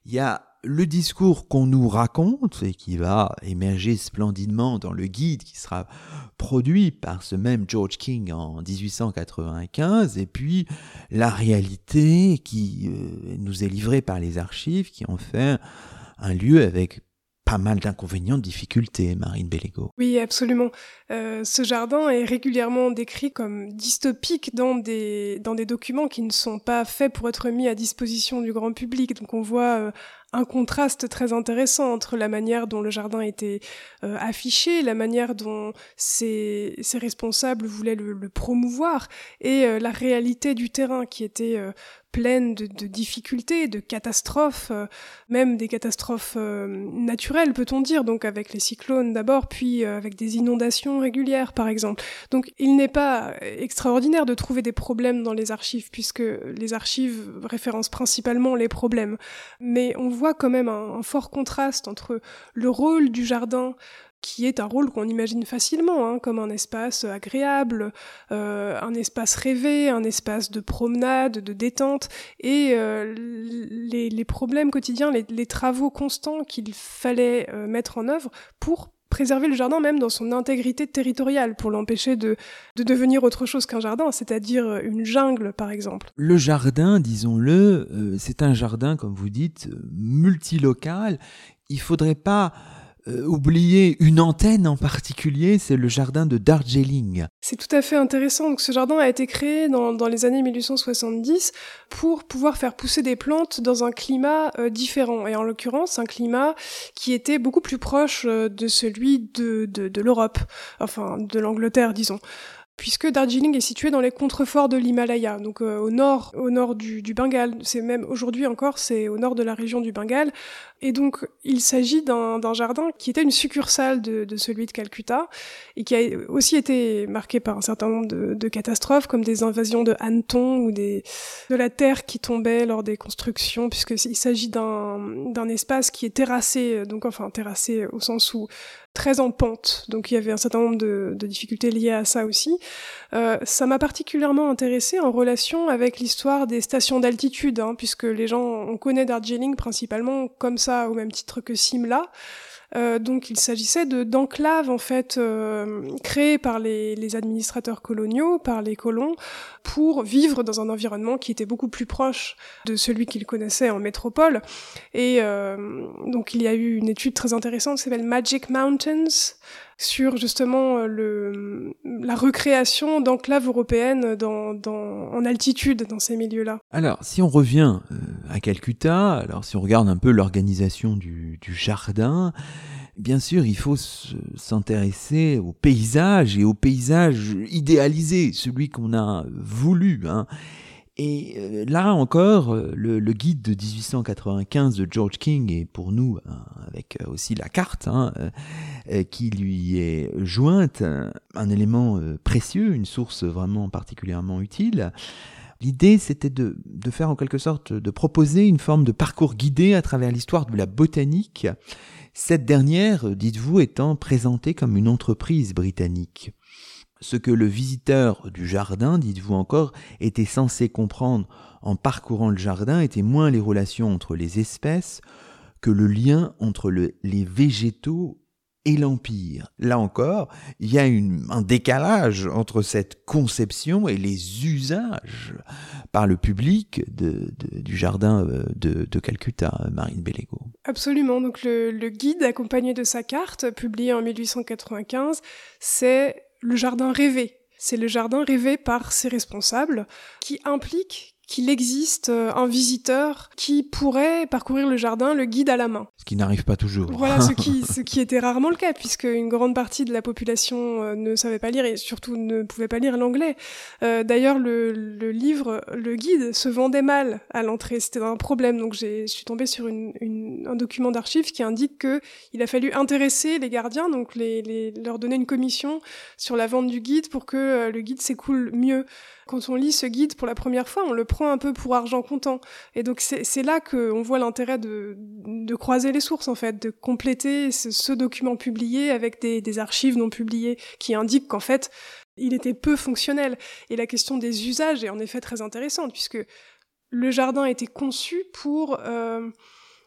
Il y a le discours qu'on nous raconte et qui va émerger splendidement dans le guide qui sera produit par ce même George King en dix-huit cent quatre-vingt-quinze, et puis la réalité qui euh, nous est livrée par les archives qui en fait un lieu avec pas mal d'inconvénients, de difficultés, Marine Bellego. Oui, absolument. Euh, ce jardin est régulièrement décrit comme dystopique dans des, dans des documents qui ne sont pas faits pour être mis à disposition du grand public. Donc on voit euh, un contraste très intéressant entre la manière dont le jardin était euh, affiché, la manière dont ses, ses responsables voulaient le, le promouvoir, et euh, la réalité du terrain qui était euh, pleine de, de difficultés, de catastrophes, euh, même des catastrophes euh, naturelles, peut-on dire, donc avec les cyclones d'abord, puis euh, avec des inondations régulières, par exemple. Donc il n'est pas extraordinaire de trouver des problèmes dans les archives, puisque les archives référencent principalement les problèmes. Mais on voit quand même un, un fort contraste entre le rôle du jardin, qui est un rôle qu'on imagine facilement, hein, comme un espace agréable, euh, un espace rêvé, un espace de promenade, de détente, et euh, les, les problèmes quotidiens, les, les travaux constants qu'il fallait euh, mettre en œuvre pour préserver le jardin même dans son intégrité territoriale, pour l'empêcher de, de devenir autre chose qu'un jardin, c'est-à-dire une jungle, par exemple. Le jardin, disons-le, euh, c'est un jardin, comme vous dites, multilocal. Il faudrait pas Euh, oublier une antenne en particulier, c'est le jardin de Darjeeling. C'est tout à fait intéressant. Donc, ce jardin a été créé dans, dans les années mille huit cent soixante-dix pour pouvoir faire pousser des plantes dans un climat euh, différent. Et en l'occurrence, un climat qui était beaucoup plus proche euh, de celui de, de, de l'Europe, enfin de l'Angleterre, disons. Puisque Darjeeling est situé dans les contreforts de l'Himalaya, donc euh, au nord, au nord du, du Bengale. C'est même aujourd'hui encore, c'est au nord de la région du Bengale. Et donc, il s'agit d'un, d'un jardin qui était une succursale de, de celui de Calcutta et qui a aussi été marqué par un certain nombre de, de catastrophes, comme des invasions de hannetons ou des, de la terre qui tombait lors des constructions, puisqu'il s'agit d'un, d'un espace qui est terrassé, donc enfin terrassé au sens où très en pente, donc il y avait un certain nombre de, de difficultés liées à ça aussi. Euh, ça m'a particulièrement intéressée en relation avec l'histoire des stations d'altitude, hein, puisque les gens, on connaît Darjeeling principalement comme ça, au même titre que Simla. Euh, donc il s'agissait de, d'enclaves en fait euh, créées par les, les administrateurs coloniaux, par les colons, pour vivre dans un environnement qui était beaucoup plus proche de celui qu'ils connaissaient en métropole. Et euh, donc il y a eu une étude très intéressante qui s'appelle Magic Mountains, sur justement le, la recréation d'enclaves européennes dans, dans, en altitude dans ces milieux-là. Alors, si on revient euh, à Calcutta, alors si on regarde un peu l'organisation du, du jardin, bien sûr, il faut se, s'intéresser au paysage et au paysage idéalisé, celui qu'on a voulu, hein. Et euh, là encore, le, le guide de dix-huit cent quatre-vingt-quinze de George King est pour nous, hein, avec aussi la carte hein, euh, qui lui est jointe, un, un élément euh, précieux, une source vraiment particulièrement utile. L'idée, c'était de, de faire en quelque sorte, de proposer une forme de parcours guidé à travers l'histoire de la botanique, cette dernière, dites-vous, étant présentée comme une entreprise britannique. Ce que le visiteur du jardin, dites-vous encore, était censé comprendre en parcourant le jardin était moins les relations entre les espèces que le lien entre le, les végétaux et l'Empire. Là encore, il y a une, un décalage entre cette conception et les usages par le public de, de, du jardin de, de Calcutta, Marine Bellego. Absolument. Donc le, le guide, accompagné de sa carte, publié en mille huit cent quatre-vingt-quinze, c'est le jardin rêvé. C'est le jardin rêvé par ses responsables, qui implique qu'il existe un visiteur qui pourrait parcourir le jardin, le guide à la main. Ce qui n'arrive pas toujours. Voilà, ce qui, ce qui était rarement le cas, puisque une grande partie de la population euh, ne savait pas lire et surtout ne pouvait pas lire l'anglais. Euh, d'ailleurs, le, le livre, le guide, se vendait mal à l'entrée. C'était un problème. Donc, j'ai, je suis tombée sur une, une, un document d'archives qui indique que il a fallu intéresser les gardiens, donc les, les, leur donner une commission sur la vente du guide pour que euh, le guide s'écoule mieux. Quand on lit ce guide pour la première fois, on le prend un peu pour argent comptant. Et donc c'est, c'est là qu'on voit l'intérêt de, de croiser les sources, en fait, de compléter ce, ce document publié avec des, des archives non publiées qui indiquent qu'en fait, il était peu fonctionnel. Et la question des usages est en effet très intéressante, puisque le jardin était conçu pour... Euh,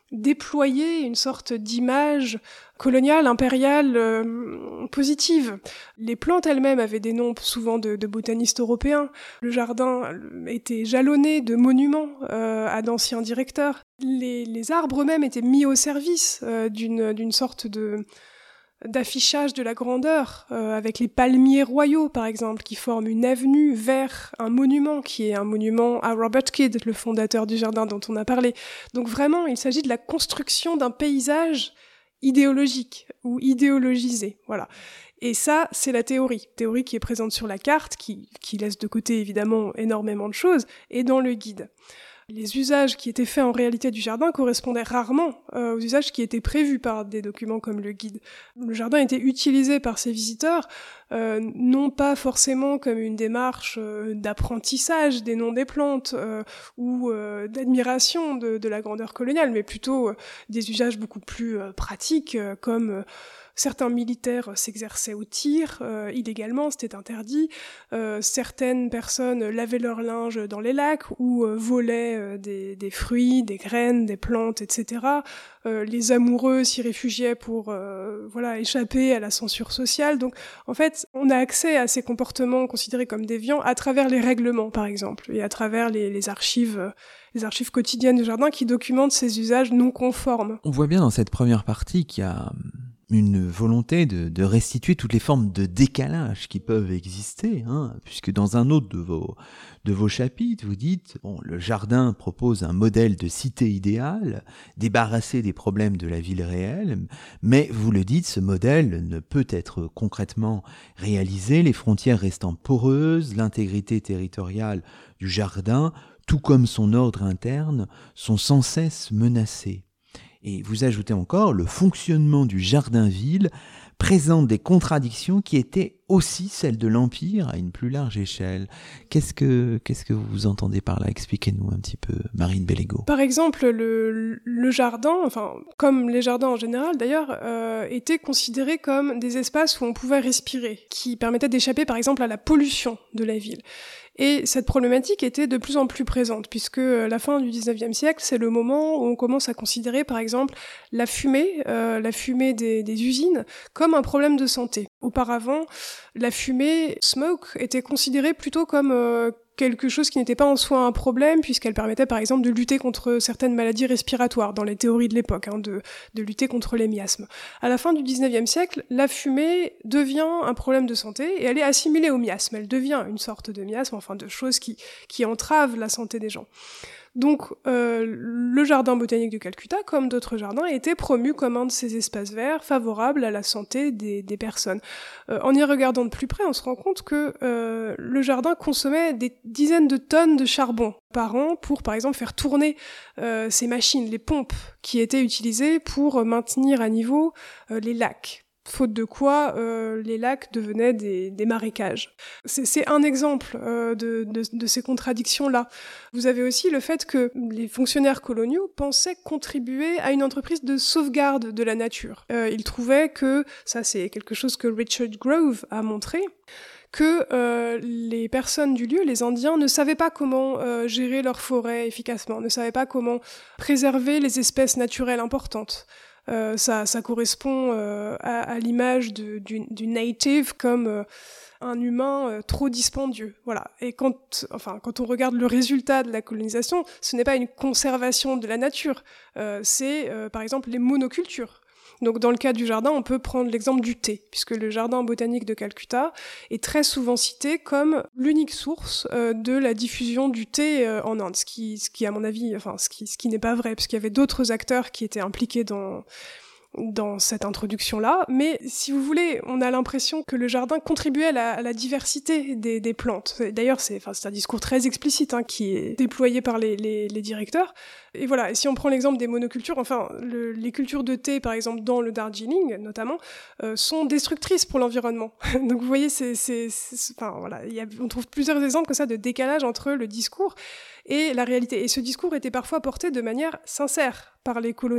déployer une sorte d'image coloniale, impériale, euh, positive. Les plantes elles-mêmes avaient des noms souvent de, de botanistes européens. Le jardin était jalonné de monuments euh, à d'anciens directeurs. Les, les arbres eux-mêmes étaient mis au service euh, d'une, d'une sorte de... d'affichage de la grandeur, euh, avec les palmiers royaux, par exemple, qui forment une avenue vers un monument, qui est un monument à Robert Kidd, le fondateur du jardin dont on a parlé. Donc vraiment, il s'agit de la construction d'un paysage idéologique, ou idéologisé, voilà. Et ça, c'est la théorie. Théorie qui est présente sur la carte, qui, qui laisse de côté, évidemment, énormément de choses, et dans le guide. Les usages qui étaient faits en réalité du jardin correspondaient rarement euh, aux usages qui étaient prévus par des documents comme le guide. Le jardin était utilisé par ces visiteurs, euh, non pas forcément comme une démarche euh, d'apprentissage des noms des plantes euh, ou euh, d'admiration de, de la grandeur coloniale, mais plutôt euh, des usages beaucoup plus euh, pratiques, euh, comme... Euh, Certains militaires s'exerçaient au tir, euh, illégalement, c'était interdit. Euh, certaines personnes lavaient leur linge dans les lacs ou euh, volaient euh, des, des fruits, des graines, des plantes, et cetera. Euh, les amoureux s'y réfugiaient pour euh, voilà, échapper à la censure sociale. Donc, en fait, on a accès à ces comportements considérés comme déviants à travers les règlements, par exemple, et à travers les, les archives... Euh, les archives quotidiennes du jardin qui documentent ces usages non conformes. On voit bien dans cette première partie qu'il y a une volonté de, de restituer toutes les formes de décalage qui peuvent exister, hein, puisque dans un autre de vos, de vos chapitres, vous dites, bon, le jardin propose un modèle de cité idéale, débarrassé des problèmes de la ville réelle, mais vous le dites, ce modèle ne peut être concrètement réalisé, les frontières restant poreuses, l'intégrité territoriale du jardin, tout comme son ordre interne, sont sans cesse menacés. Et vous ajoutez encore, le fonctionnement du jardin-ville présente des contradictions qui étaient aussi celles de l'Empire à une plus large échelle. Qu'est-ce que, qu'est-ce que vous entendez par là ? Expliquez-nous un petit peu, Marine Bellego. Par exemple, le, le jardin, enfin, comme les jardins en général d'ailleurs, euh, étaient considérés comme des espaces où on pouvait respirer, qui permettaient d'échapper par exemple à la pollution de la ville. Et cette problématique était de plus en plus présente, puisque la fin du dix-neuvième siècle, c'est le moment où on commence à considérer, par exemple, la fumée, euh, la fumée des, des usines, comme un problème de santé. Auparavant, la fumée, smoke, était considérée plutôt comme euh, quelque chose qui n'était pas en soi un problème, puisqu'elle permettait, par exemple, de lutter contre certaines maladies respiratoires, dans les théories de l'époque, hein, de, de lutter contre les miasmes. À la fin du dix-neuvième siècle, la fumée devient un problème de santé, et elle est assimilée au miasme. Elle devient une sorte de miasme, enfin de choses qui, qui entravent la santé des gens. Donc, euh, le jardin botanique de Calcutta, comme d'autres jardins, était promu comme un de ces espaces verts favorables à la santé des, des personnes. Euh, en y regardant de plus près, on se rend compte que euh, le jardin consommait des dizaines de tonnes de charbon par an pour, par exemple, faire tourner euh, ces machines, les pompes qui étaient utilisées pour maintenir à niveau euh, les lacs. Faute de quoi, euh, les lacs devenaient des, des marécages. C'est, c'est un exemple euh, de, de, de ces contradictions-là. Vous avez aussi le fait que les fonctionnaires coloniaux pensaient contribuer à une entreprise de sauvegarde de la nature. Euh, ils trouvaient que, ça c'est quelque chose que Richard Grove a montré, que euh, les personnes du lieu, les Indiens, ne savaient pas comment euh, gérer leur forêt efficacement, ne savaient pas comment préserver les espèces naturelles importantes. Euh, ça, ça correspond euh, à, à l'image de, du, du native comme euh, un humain euh, trop dispendieux. Voilà. Et quand, enfin, quand on regarde le résultat de la colonisation, ce n'est pas une conservation de la nature, euh, c'est euh, par exemple les monocultures. Donc dans le cas du jardin, on peut prendre l'exemple du thé, puisque le jardin botanique de Calcutta est très souvent cité comme l'unique source euh, de la diffusion du thé euh, en Inde, ce qui, ce qui à mon avis, enfin ce qui, ce qui n'est pas vrai, puisqu'il y avait d'autres acteurs qui étaient impliqués dans dans cette introduction-là, mais si vous voulez, on a l'impression que le jardin contribuait à la, à la diversité des, des plantes. D'ailleurs, c'est, enfin, c'est un discours très explicite hein, qui est déployé par les, les, les directeurs. Et voilà, et si on prend l'exemple des monocultures, enfin, le, les cultures de thé, par exemple, dans le Darjeeling, notamment, euh, sont destructrices pour l'environnement. Donc vous voyez, c'est, c'est, c'est, enfin, voilà, il y a, on trouve plusieurs exemples comme ça de décalage entre le discours et la réalité. Et ce discours était parfois porté de manière sincère par les coloniaux.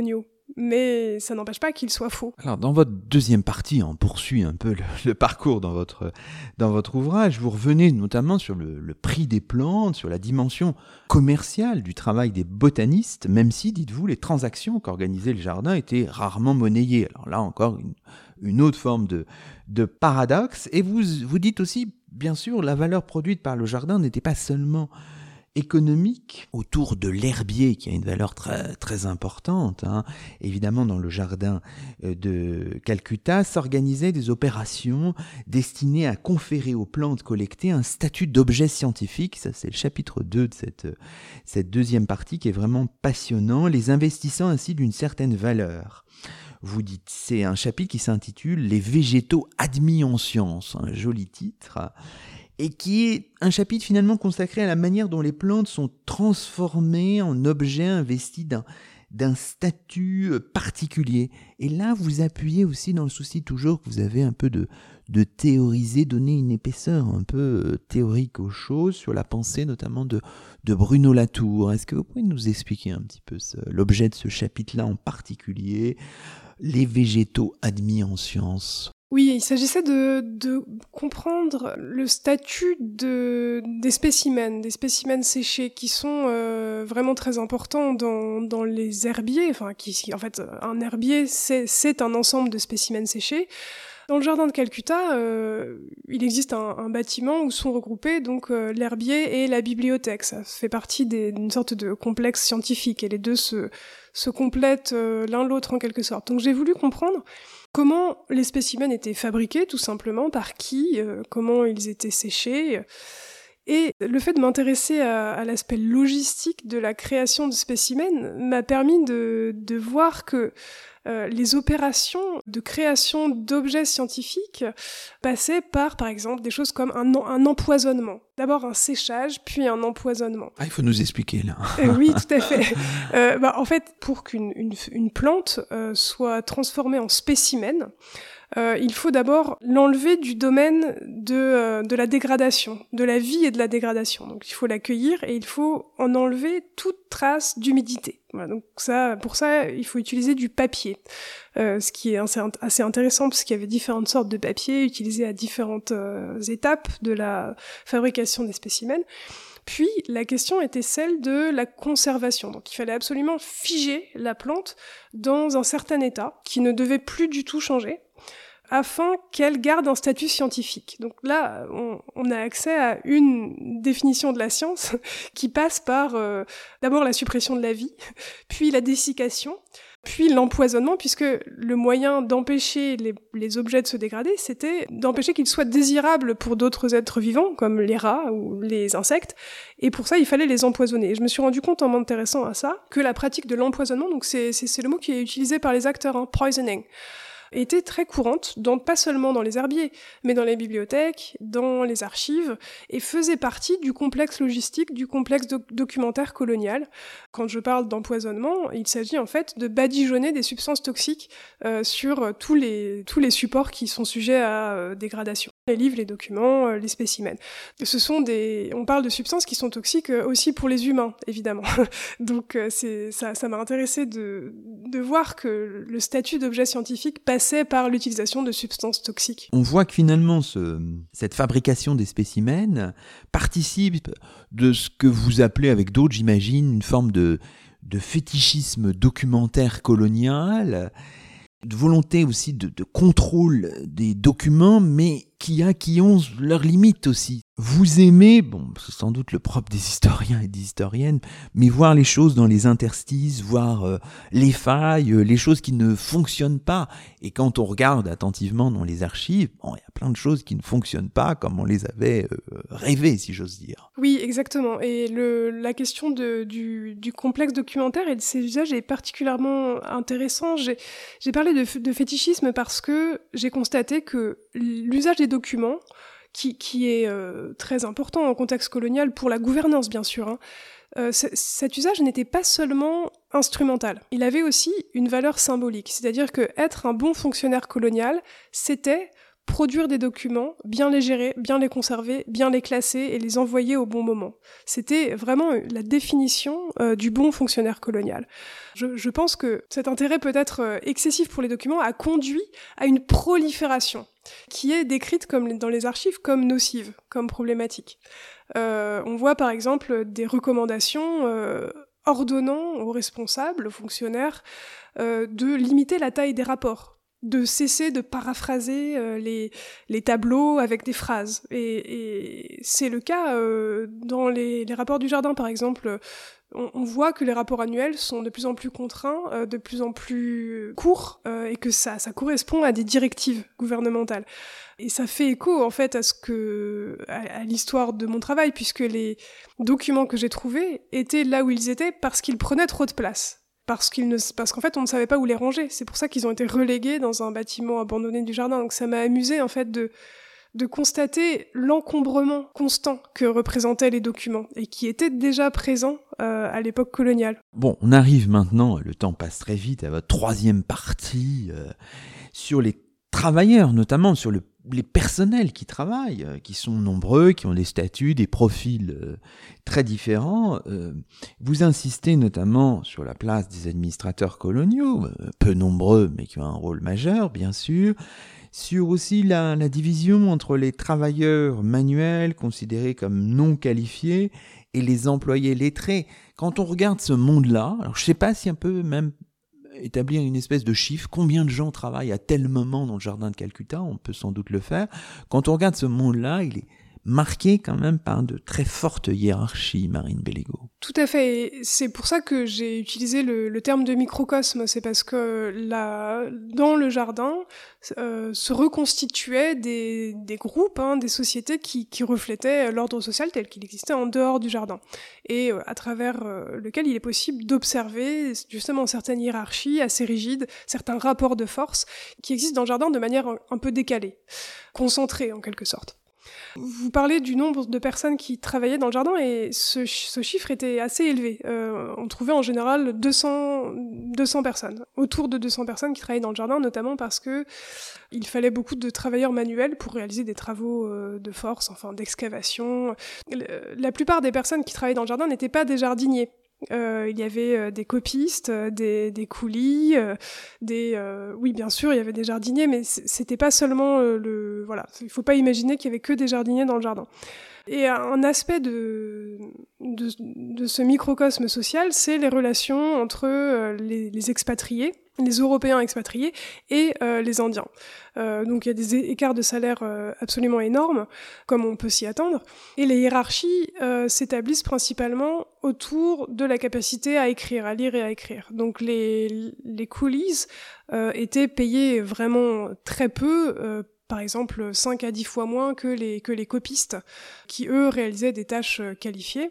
mais ça n'empêche pas qu'il soit faux. Alors, dans votre deuxième partie, on poursuit un peu le, le parcours dans votre, dans votre ouvrage. Vous revenez notamment sur le, le prix des plantes, sur la dimension commerciale du travail des botanistes, même si, dites-vous, les transactions qu'organisait le jardin étaient rarement monnayées. Alors là, encore une, une autre forme de, de paradoxe. Et vous, vous dites aussi, bien sûr, la valeur produite par le jardin n'était pas seulement économique autour de l'herbier qui a une valeur très, très importante. Hein. Évidemment, dans le jardin de Calcutta, s'organisaient des opérations destinées à conférer aux plantes collectées un statut d'objet scientifique. Ça, c'est le chapitre deux de cette, cette deuxième partie qui est vraiment passionnant, les investissant ainsi d'une certaine valeur. Vous dites, c'est un chapitre qui s'intitule « Les végétaux admis en science », un joli titre, et qui est un chapitre finalement consacré à la manière dont les plantes sont transformées en objets investis d'un, d'un statut particulier. Et là, vous appuyez aussi dans le souci toujours que vous avez un peu de, de théoriser, donner une épaisseur un peu théorique aux choses, sur la pensée notamment de, de Bruno Latour. Est-ce que vous pouvez nous expliquer un petit peu ce, l'objet de ce chapitre-là en particulier, les végétaux admis en science ? Oui, il s'agissait de, de comprendre le statut de, des spécimens, des spécimens séchés qui sont euh, vraiment très importants dans, dans les herbiers. Enfin, qui, en fait, un herbier, c'est, c'est un ensemble de spécimens séchés. Dans le jardin de Calcutta, euh, il existe un, un bâtiment où sont regroupés donc euh, l'herbier et la bibliothèque. Ça fait partie des, d'une sorte de complexe scientifique et les deux se, se complètent euh, l'un l'autre en quelque sorte. Donc j'ai voulu comprendre comment les spécimens étaient fabriqués, tout simplement, par qui, euh, comment ils étaient séchés. Et le fait de m'intéresser à, à l'aspect logistique de la création de spécimens m'a permis de, de voir que euh, les opérations de création d'objets scientifiques passaient par, par exemple, des choses comme un, un empoisonnement. D'abord un séchage, puis un empoisonnement. Ah, il faut nous expliquer, là. euh, oui, tout à fait. Euh, bah, en fait, pour qu'une une, une plante euh, soit transformée en spécimen, Euh, il faut d'abord l'enlever du domaine de, euh, de la dégradation, de la vie et de la dégradation. Donc il faut l'accueillir et il faut en enlever toute trace d'humidité. Voilà, donc ça, pour ça, il faut utiliser du papier, euh, ce qui est assez, assez intéressant parce qu'il y avait différentes sortes de papier utilisés à différentes euh, étapes de la fabrication des spécimens. Puis, la question était celle de la conservation. Donc, il fallait absolument figer la plante dans un certain état qui ne devait plus du tout changer, afin qu'elle garde un statut scientifique. Donc là, on, on a accès à une définition de la science qui passe par euh, d'abord la suppression de la vie, puis la dessiccation, puis l'empoisonnement, puisque le moyen d'empêcher les, les objets de se dégrader, c'était d'empêcher qu'ils soient désirables pour d'autres êtres vivants, comme les rats ou les insectes, et pour ça, il fallait les empoisonner. Et je me suis rendu compte, en m'intéressant à ça, que la pratique de l'empoisonnement, donc c'est, c'est, c'est le mot qui est utilisé par les acteurs, hein, poisoning, était très courante, dans, pas seulement dans les herbiers, mais dans les bibliothèques, dans les archives, et faisait partie du complexe logistique, du complexe doc- documentaire colonial. Quand je parle d'empoisonnement, il s'agit en fait de badigeonner des substances toxiques euh, sur tous les, tous les supports qui sont sujets à euh, dégradation. Les livres, les documents, euh, les spécimens. Ce sont des... On parle de substances qui sont toxiques euh, aussi pour les humains, évidemment. Donc euh, c'est, ça, ça m'a intéressé de, de voir que le statut d'objet scientifique passait par l'utilisation de substances toxiques. On voit que finalement, ce, cette fabrication des spécimens participe de ce que vous appelez avec d'autres, j'imagine, une forme de, de fétichisme documentaire colonial, de volonté aussi de, de contrôle des documents, mais qui a, qui ont leurs limites aussi. Vous aimez, bon, c'est sans doute le propre des historiens et des historiennes, mais voir les choses dans les interstices, voir euh, les failles, euh, les choses qui ne fonctionnent pas. Et quand on regarde attentivement dans les archives, bon, il y a plein de choses qui ne fonctionnent pas comme on les avait euh, rêvées, si j'ose dire. Oui, exactement. Et le, la question de, du, du complexe documentaire et de ses usages est particulièrement intéressant. J'ai, j'ai parlé de, de fétichisme parce que j'ai constaté que l'usage des documents, qui, qui est euh, très important en contexte colonial pour la gouvernance, bien sûr, hein, euh, c- cet usage n'était pas seulement instrumental. Il avait aussi une valeur symbolique. C'est-à-dire que être un bon fonctionnaire colonial, c'était produire des documents, bien les gérer, bien les conserver, bien les classer et les envoyer au bon moment. C'était vraiment la définition euh, du bon fonctionnaire colonial. Je, je pense que cet intérêt peut-être euh, excessif pour les documents a conduit à une prolifération qui est décrite comme dans les archives comme nocive, comme problématique. Euh, on voit par exemple des recommandations euh, ordonnant aux responsables, aux fonctionnaires, euh, de limiter la taille des rapports, de cesser de paraphraser euh, les, les tableaux avec des phrases. Et, et c'est le cas euh, dans les, les rapports du jardin, par exemple. On, on voit que les rapports annuels sont de plus en plus contraints, euh, de plus en plus courts, euh, et que ça, ça correspond à des directives gouvernementales. Et ça fait écho, en fait, à ce que, à, à l'histoire de mon travail, puisque les documents que j'ai trouvés étaient là où ils étaient parce qu'ils prenaient trop de place. Parce, qu'ils ne, parce qu'en fait, on ne savait pas où les ranger. C'est pour ça qu'ils ont été relégués dans un bâtiment abandonné du jardin. Donc ça m'a amusé, en fait, de, de constater l'encombrement constant que représentaient les documents et qui était déjà présent euh, à l'époque coloniale. Bon, on arrive maintenant, le temps passe très vite, à votre troisième partie, euh, sur les travailleurs, notamment sur le, les personnels qui travaillent, euh, qui sont nombreux, qui ont des statuts, des profils euh, très différents. Euh, vous insistez notamment sur la place des administrateurs coloniaux, euh, peu nombreux, mais qui ont un rôle majeur, bien sûr, sur aussi la, la division entre les travailleurs manuels, considérés comme non qualifiés, et les employés lettrés. Quand on regarde ce monde-là, alors je ne sais pas si on peut même établir une espèce de chiffre, combien de gens travaillent à tel moment dans le jardin de Calcutta, on peut sans doute le faire. Quand on regarde ce monde-là, il est marqué quand même par de très fortes hiérarchies, Marine Bellego. Tout à fait, et c'est pour ça que j'ai utilisé le, le terme de microcosme, c'est parce que là, dans le jardin euh, se reconstituaient des, des groupes, hein, des sociétés qui, qui reflétaient l'ordre social tel qu'il existait en dehors du jardin, et euh, à travers euh, lequel il est possible d'observer justement certaines hiérarchies assez rigides, certains rapports de force qui existent dans le jardin de manière un, un peu décalée, concentrée en quelque sorte. Vous parlez du nombre de personnes qui travaillaient dans le jardin et ce, ce chiffre était assez élevé. Euh, on trouvait en général deux cents, deux cents personnes, autour de deux cents personnes qui travaillaient dans le jardin, notamment parce que il fallait beaucoup de travailleurs manuels pour réaliser des travaux euh, de force, enfin d'excavation. La plupart des personnes qui travaillaient dans le jardin n'étaient pas des jardiniers. Euh, il y avait euh, des copistes, euh, des, des coulis, euh, des euh, oui bien sûr il y avait des jardiniers, mais c'était pas seulement euh, le voilà, il faut pas imaginer qu'il y avait que des jardiniers dans le jardin. Et un aspect de de, de ce microcosme social, c'est les relations entre euh, les, les expatriés, les Européens expatriés et euh, les Indiens. Euh, donc il y a des écarts de salaire euh, absolument énormes, comme on peut s'y attendre, et les hiérarchies euh, s'établissent principalement autour de la capacité à écrire, à lire et à écrire. Donc les, les coolies euh, étaient payés vraiment très peu, euh, par exemple cinq à dix fois moins que les, que les copistes, qui eux réalisaient des tâches qualifiées.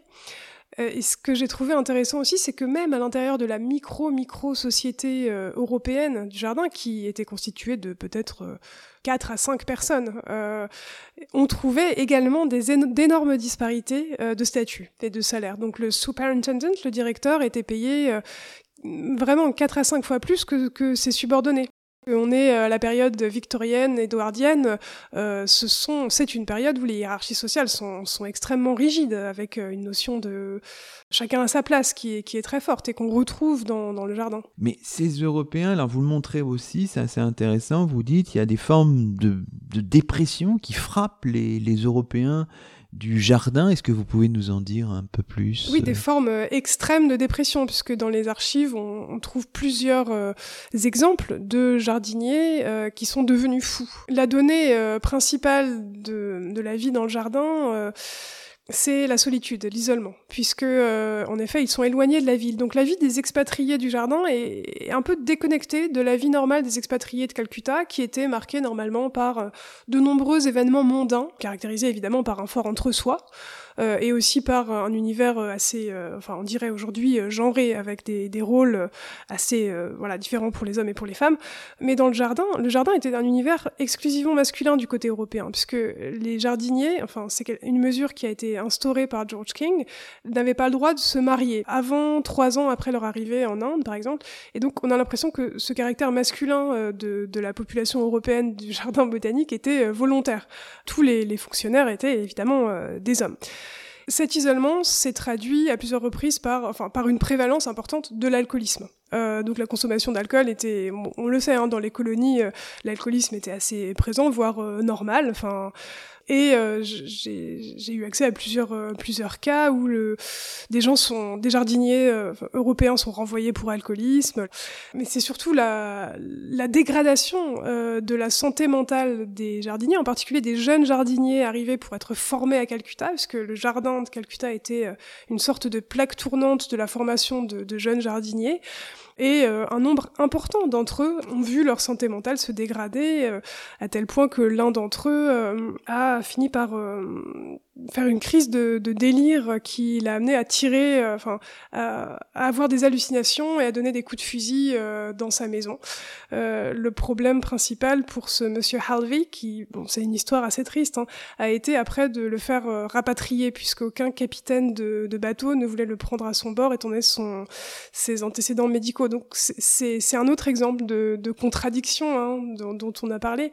Et ce que j'ai trouvé intéressant aussi, c'est que même à l'intérieur de la micro-micro-société euh, européenne du jardin, qui était constituée de peut-être euh, quatre à cinq personnes, euh, on trouvait également des éno- d'énormes disparités euh, de statut et de salaire. Donc le superintendent, le directeur, était payé euh, vraiment quatre à cinq fois plus que, que ses subordonnés. On est à la période victorienne, édouardienne, euh, ce sont, c'est une période où les hiérarchies sociales sont, sont extrêmement rigides, avec une notion de chacun à sa place qui est, qui est très forte et qu'on retrouve dans, dans le jardin. Mais ces Européens, là vous le montrez aussi, c'est assez intéressant, vous dites il y a des formes de, de dépression qui frappent les, les Européens du jardin. Est-ce que vous pouvez nous en dire un peu plus ? Oui, des formes extrêmes de dépression, puisque dans les archives, on, on trouve plusieurs euh, exemples de jardiniers euh, qui sont devenus fous. La donnée euh, principale de, de la vie dans le jardin, euh, c'est la solitude, l'isolement, puisque, euh, en effet, ils sont éloignés de la ville. Donc la vie des expatriés du jardin est, est un peu déconnectée de la vie normale des expatriés de Calcutta, qui était marquée normalement par euh, de nombreux événements mondains, caractérisés évidemment par un fort entre-soi, euh, et aussi par un univers assez, euh, enfin on dirait aujourd'hui euh, genré, avec des, des rôles assez euh, voilà différents pour les hommes et pour les femmes. Mais dans le jardin, le jardin était un univers exclusivement masculin du côté européen, puisque les jardiniers, enfin c'est une mesure qui a été instaurée par George King, n'avaient pas le droit de se marier avant trois ans après leur arrivée en Inde, par exemple. Et donc on a l'impression que ce caractère masculin euh, de, de la population européenne du jardin botanique était euh, volontaire. Tous les, les fonctionnaires étaient évidemment euh, des hommes. Cet isolement s'est traduit à plusieurs reprises par, enfin, par une prévalence importante de l'alcoolisme. Euh, donc la consommation d'alcool était, bon, on le sait, hein, dans les colonies, euh, l'alcoolisme était assez présent, voire euh, normal. Enfin, et euh, j'ai, j'ai eu accès à plusieurs, euh, plusieurs cas où le, des gens sont, des jardiniers euh, européens sont renvoyés pour alcoolisme. Mais c'est surtout la, la dégradation euh, de la santé mentale des jardiniers, en particulier des jeunes jardiniers arrivés pour être formés à Calcutta, puisque le jardin de Calcutta était euh, une sorte de plaque tournante de la formation de, de jeunes jardiniers. Et euh, un nombre important d'entre eux ont vu leur santé mentale se dégrader euh, à tel point que l'un d'entre eux euh, a fini par euh, faire une crise de, de délire qui l'a amené à tirer, euh, enfin, à, à avoir des hallucinations et à donner des coups de fusil euh, dans sa maison. Euh, le problème principal pour ce monsieur Halvey, qui, bon, c'est une histoire assez triste, hein, a été après de le faire euh, rapatrier, puisqu'aucun capitaine de, de bateau ne voulait le prendre à son bord étant donné son, ses antécédents médicaux. Donc c'est, c'est, c'est un autre exemple de, de contradiction hein, dont, dont on a parlé,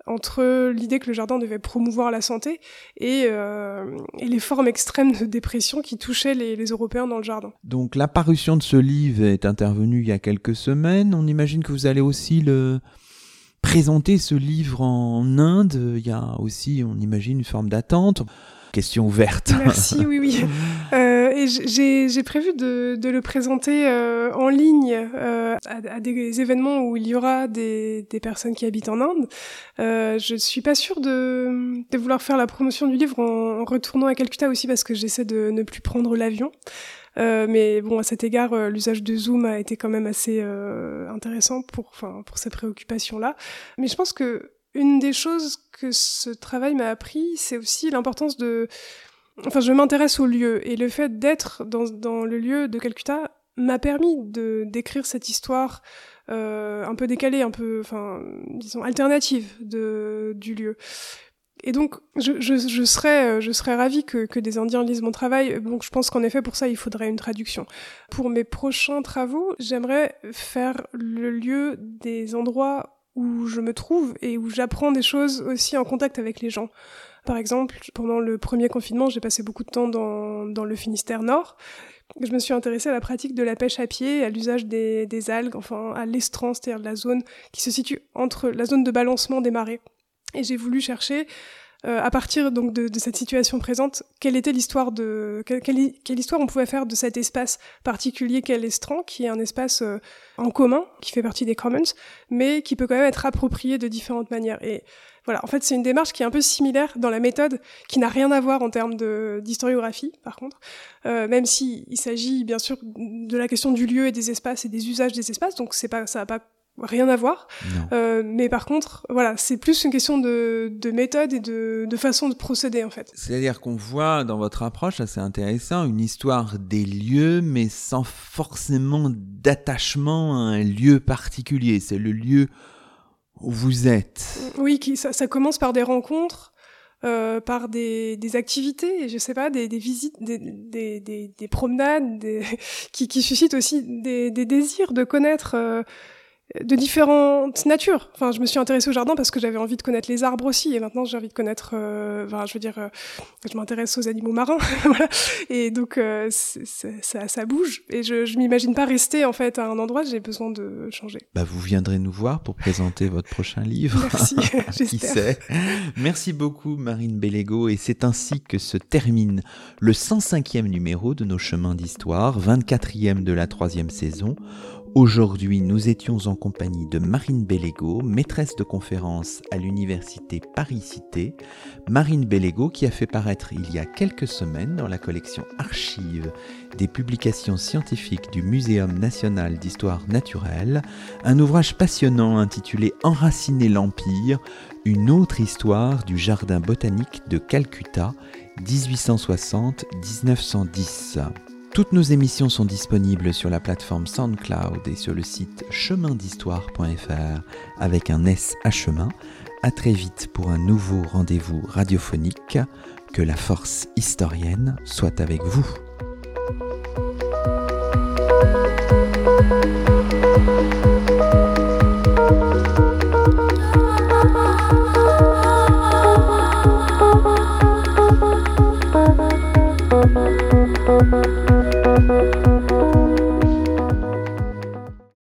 entre l'idée que le jardin devait promouvoir la santé et, euh, et les formes extrêmes de dépression qui touchaient les, les Européens dans le jardin. Donc la parution de ce livre est intervenue il y a quelques semaines. On imagine que vous allez aussi le présenter, ce livre, en Inde. Il y a aussi, on imagine, une forme d'attente. Question ouverte. Merci, oui, oui. Euh, et j'ai, j'ai prévu de, de le présenter euh, en ligne euh, à, à des événements où il y aura des, des personnes qui habitent en Inde. Euh, je suis pas sûre de, de vouloir faire la promotion du livre en, en retournant à Calcutta aussi, parce que j'essaie de ne plus prendre l'avion. Euh, mais bon, à cet égard, euh, l'usage de Zoom a été quand même assez euh, intéressant pour, enfin, pour ces préoccupations-là. Mais je pense que une des choses que ce travail m'a appris, c'est aussi l'importance de... Enfin, je m'intéresse au lieu, et le fait d'être dans, dans le lieu de Calcutta m'a permis de d'écrire cette histoire euh, un peu décalée, un peu, enfin, disons, alternative de, du lieu. Et donc, je, je, je serais, je serais ravie que, que des Indiens lisent mon travail. Donc, je pense qu'en effet, pour ça, il faudrait une traduction. Pour mes prochains travaux, j'aimerais faire le lieu des endroits où je me trouve et où j'apprends des choses aussi en contact avec les gens. Par exemple, pendant le premier confinement, j'ai passé beaucoup de temps dans, dans le Finistère Nord. Je me suis intéressée à la pratique de la pêche à pied, à l'usage des, des algues, enfin à l'estran, c'est-à-dire la zone qui se situe entre la zone de balancement des marées. Et j'ai voulu chercher, euh, à partir donc de, de cette situation présente, quelle était l'histoire de quelle, quelle, quelle histoire on pouvait faire de cet espace particulier qu'est l'estran, qui est un espace euh, en commun, qui fait partie des commons, mais qui peut quand même être approprié de différentes manières. Et voilà, en fait, c'est une démarche qui est un peu similaire dans la méthode, qui n'a rien à voir en termes de, d'historiographie, par contre, euh, même si il s'agit bien sûr de la question du lieu et des espaces et des usages des espaces, donc c'est pas, ça va pas rien à voir. Euh, mais par contre, voilà, c'est plus une question de, de méthode et de, de façon de procéder, en fait. C'est-à-dire qu'on voit dans votre approche, assez intéressant, une histoire des lieux, mais sans forcément d'attachement à un lieu particulier. C'est le lieu où vous êtes. Oui, qui, ça, ça commence par des rencontres, euh, par des, des activités, je sais pas, des, des visites, des, des, des, des promenades, des, qui, qui suscitent aussi des, des désirs de connaître... Euh, de différentes natures. Enfin, je me suis intéressée au jardin parce que j'avais envie de connaître les arbres aussi, et maintenant j'ai envie de connaître, euh, enfin, je veux dire, euh, je m'intéresse aux animaux marins, voilà. Et donc euh, c'est, c'est, ça, ça bouge, et je, je m'imagine pas rester en fait à un endroit, j'ai besoin de changer. Bah, vous viendrez nous voir pour présenter votre prochain livre. Merci, j'espère. Qui sait. Merci beaucoup, Marine Bellego, et c'est ainsi que se termine le cent cinquième numéro de Nos Chemins d'Histoire, vingt-quatrième de la troisième saison. Aujourd'hui, nous étions en compagnie de Marine Bellego, maîtresse de conférence à l'université Paris-Cité. Marine Bellego qui a fait paraître il y a quelques semaines dans la collection Archives des publications scientifiques du Muséum national d'histoire naturelle, un ouvrage passionnant intitulé Enraciner l'Empire, une autre histoire du jardin botanique de Calcutta, dix-huit cent soixante à dix-neuf cent dix. Toutes nos émissions sont disponibles sur la plateforme SoundCloud et sur le site chemin d'histoire point f r avec un S à chemin. À très vite pour un nouveau rendez-vous radiophonique. Que la force historienne soit avec vous.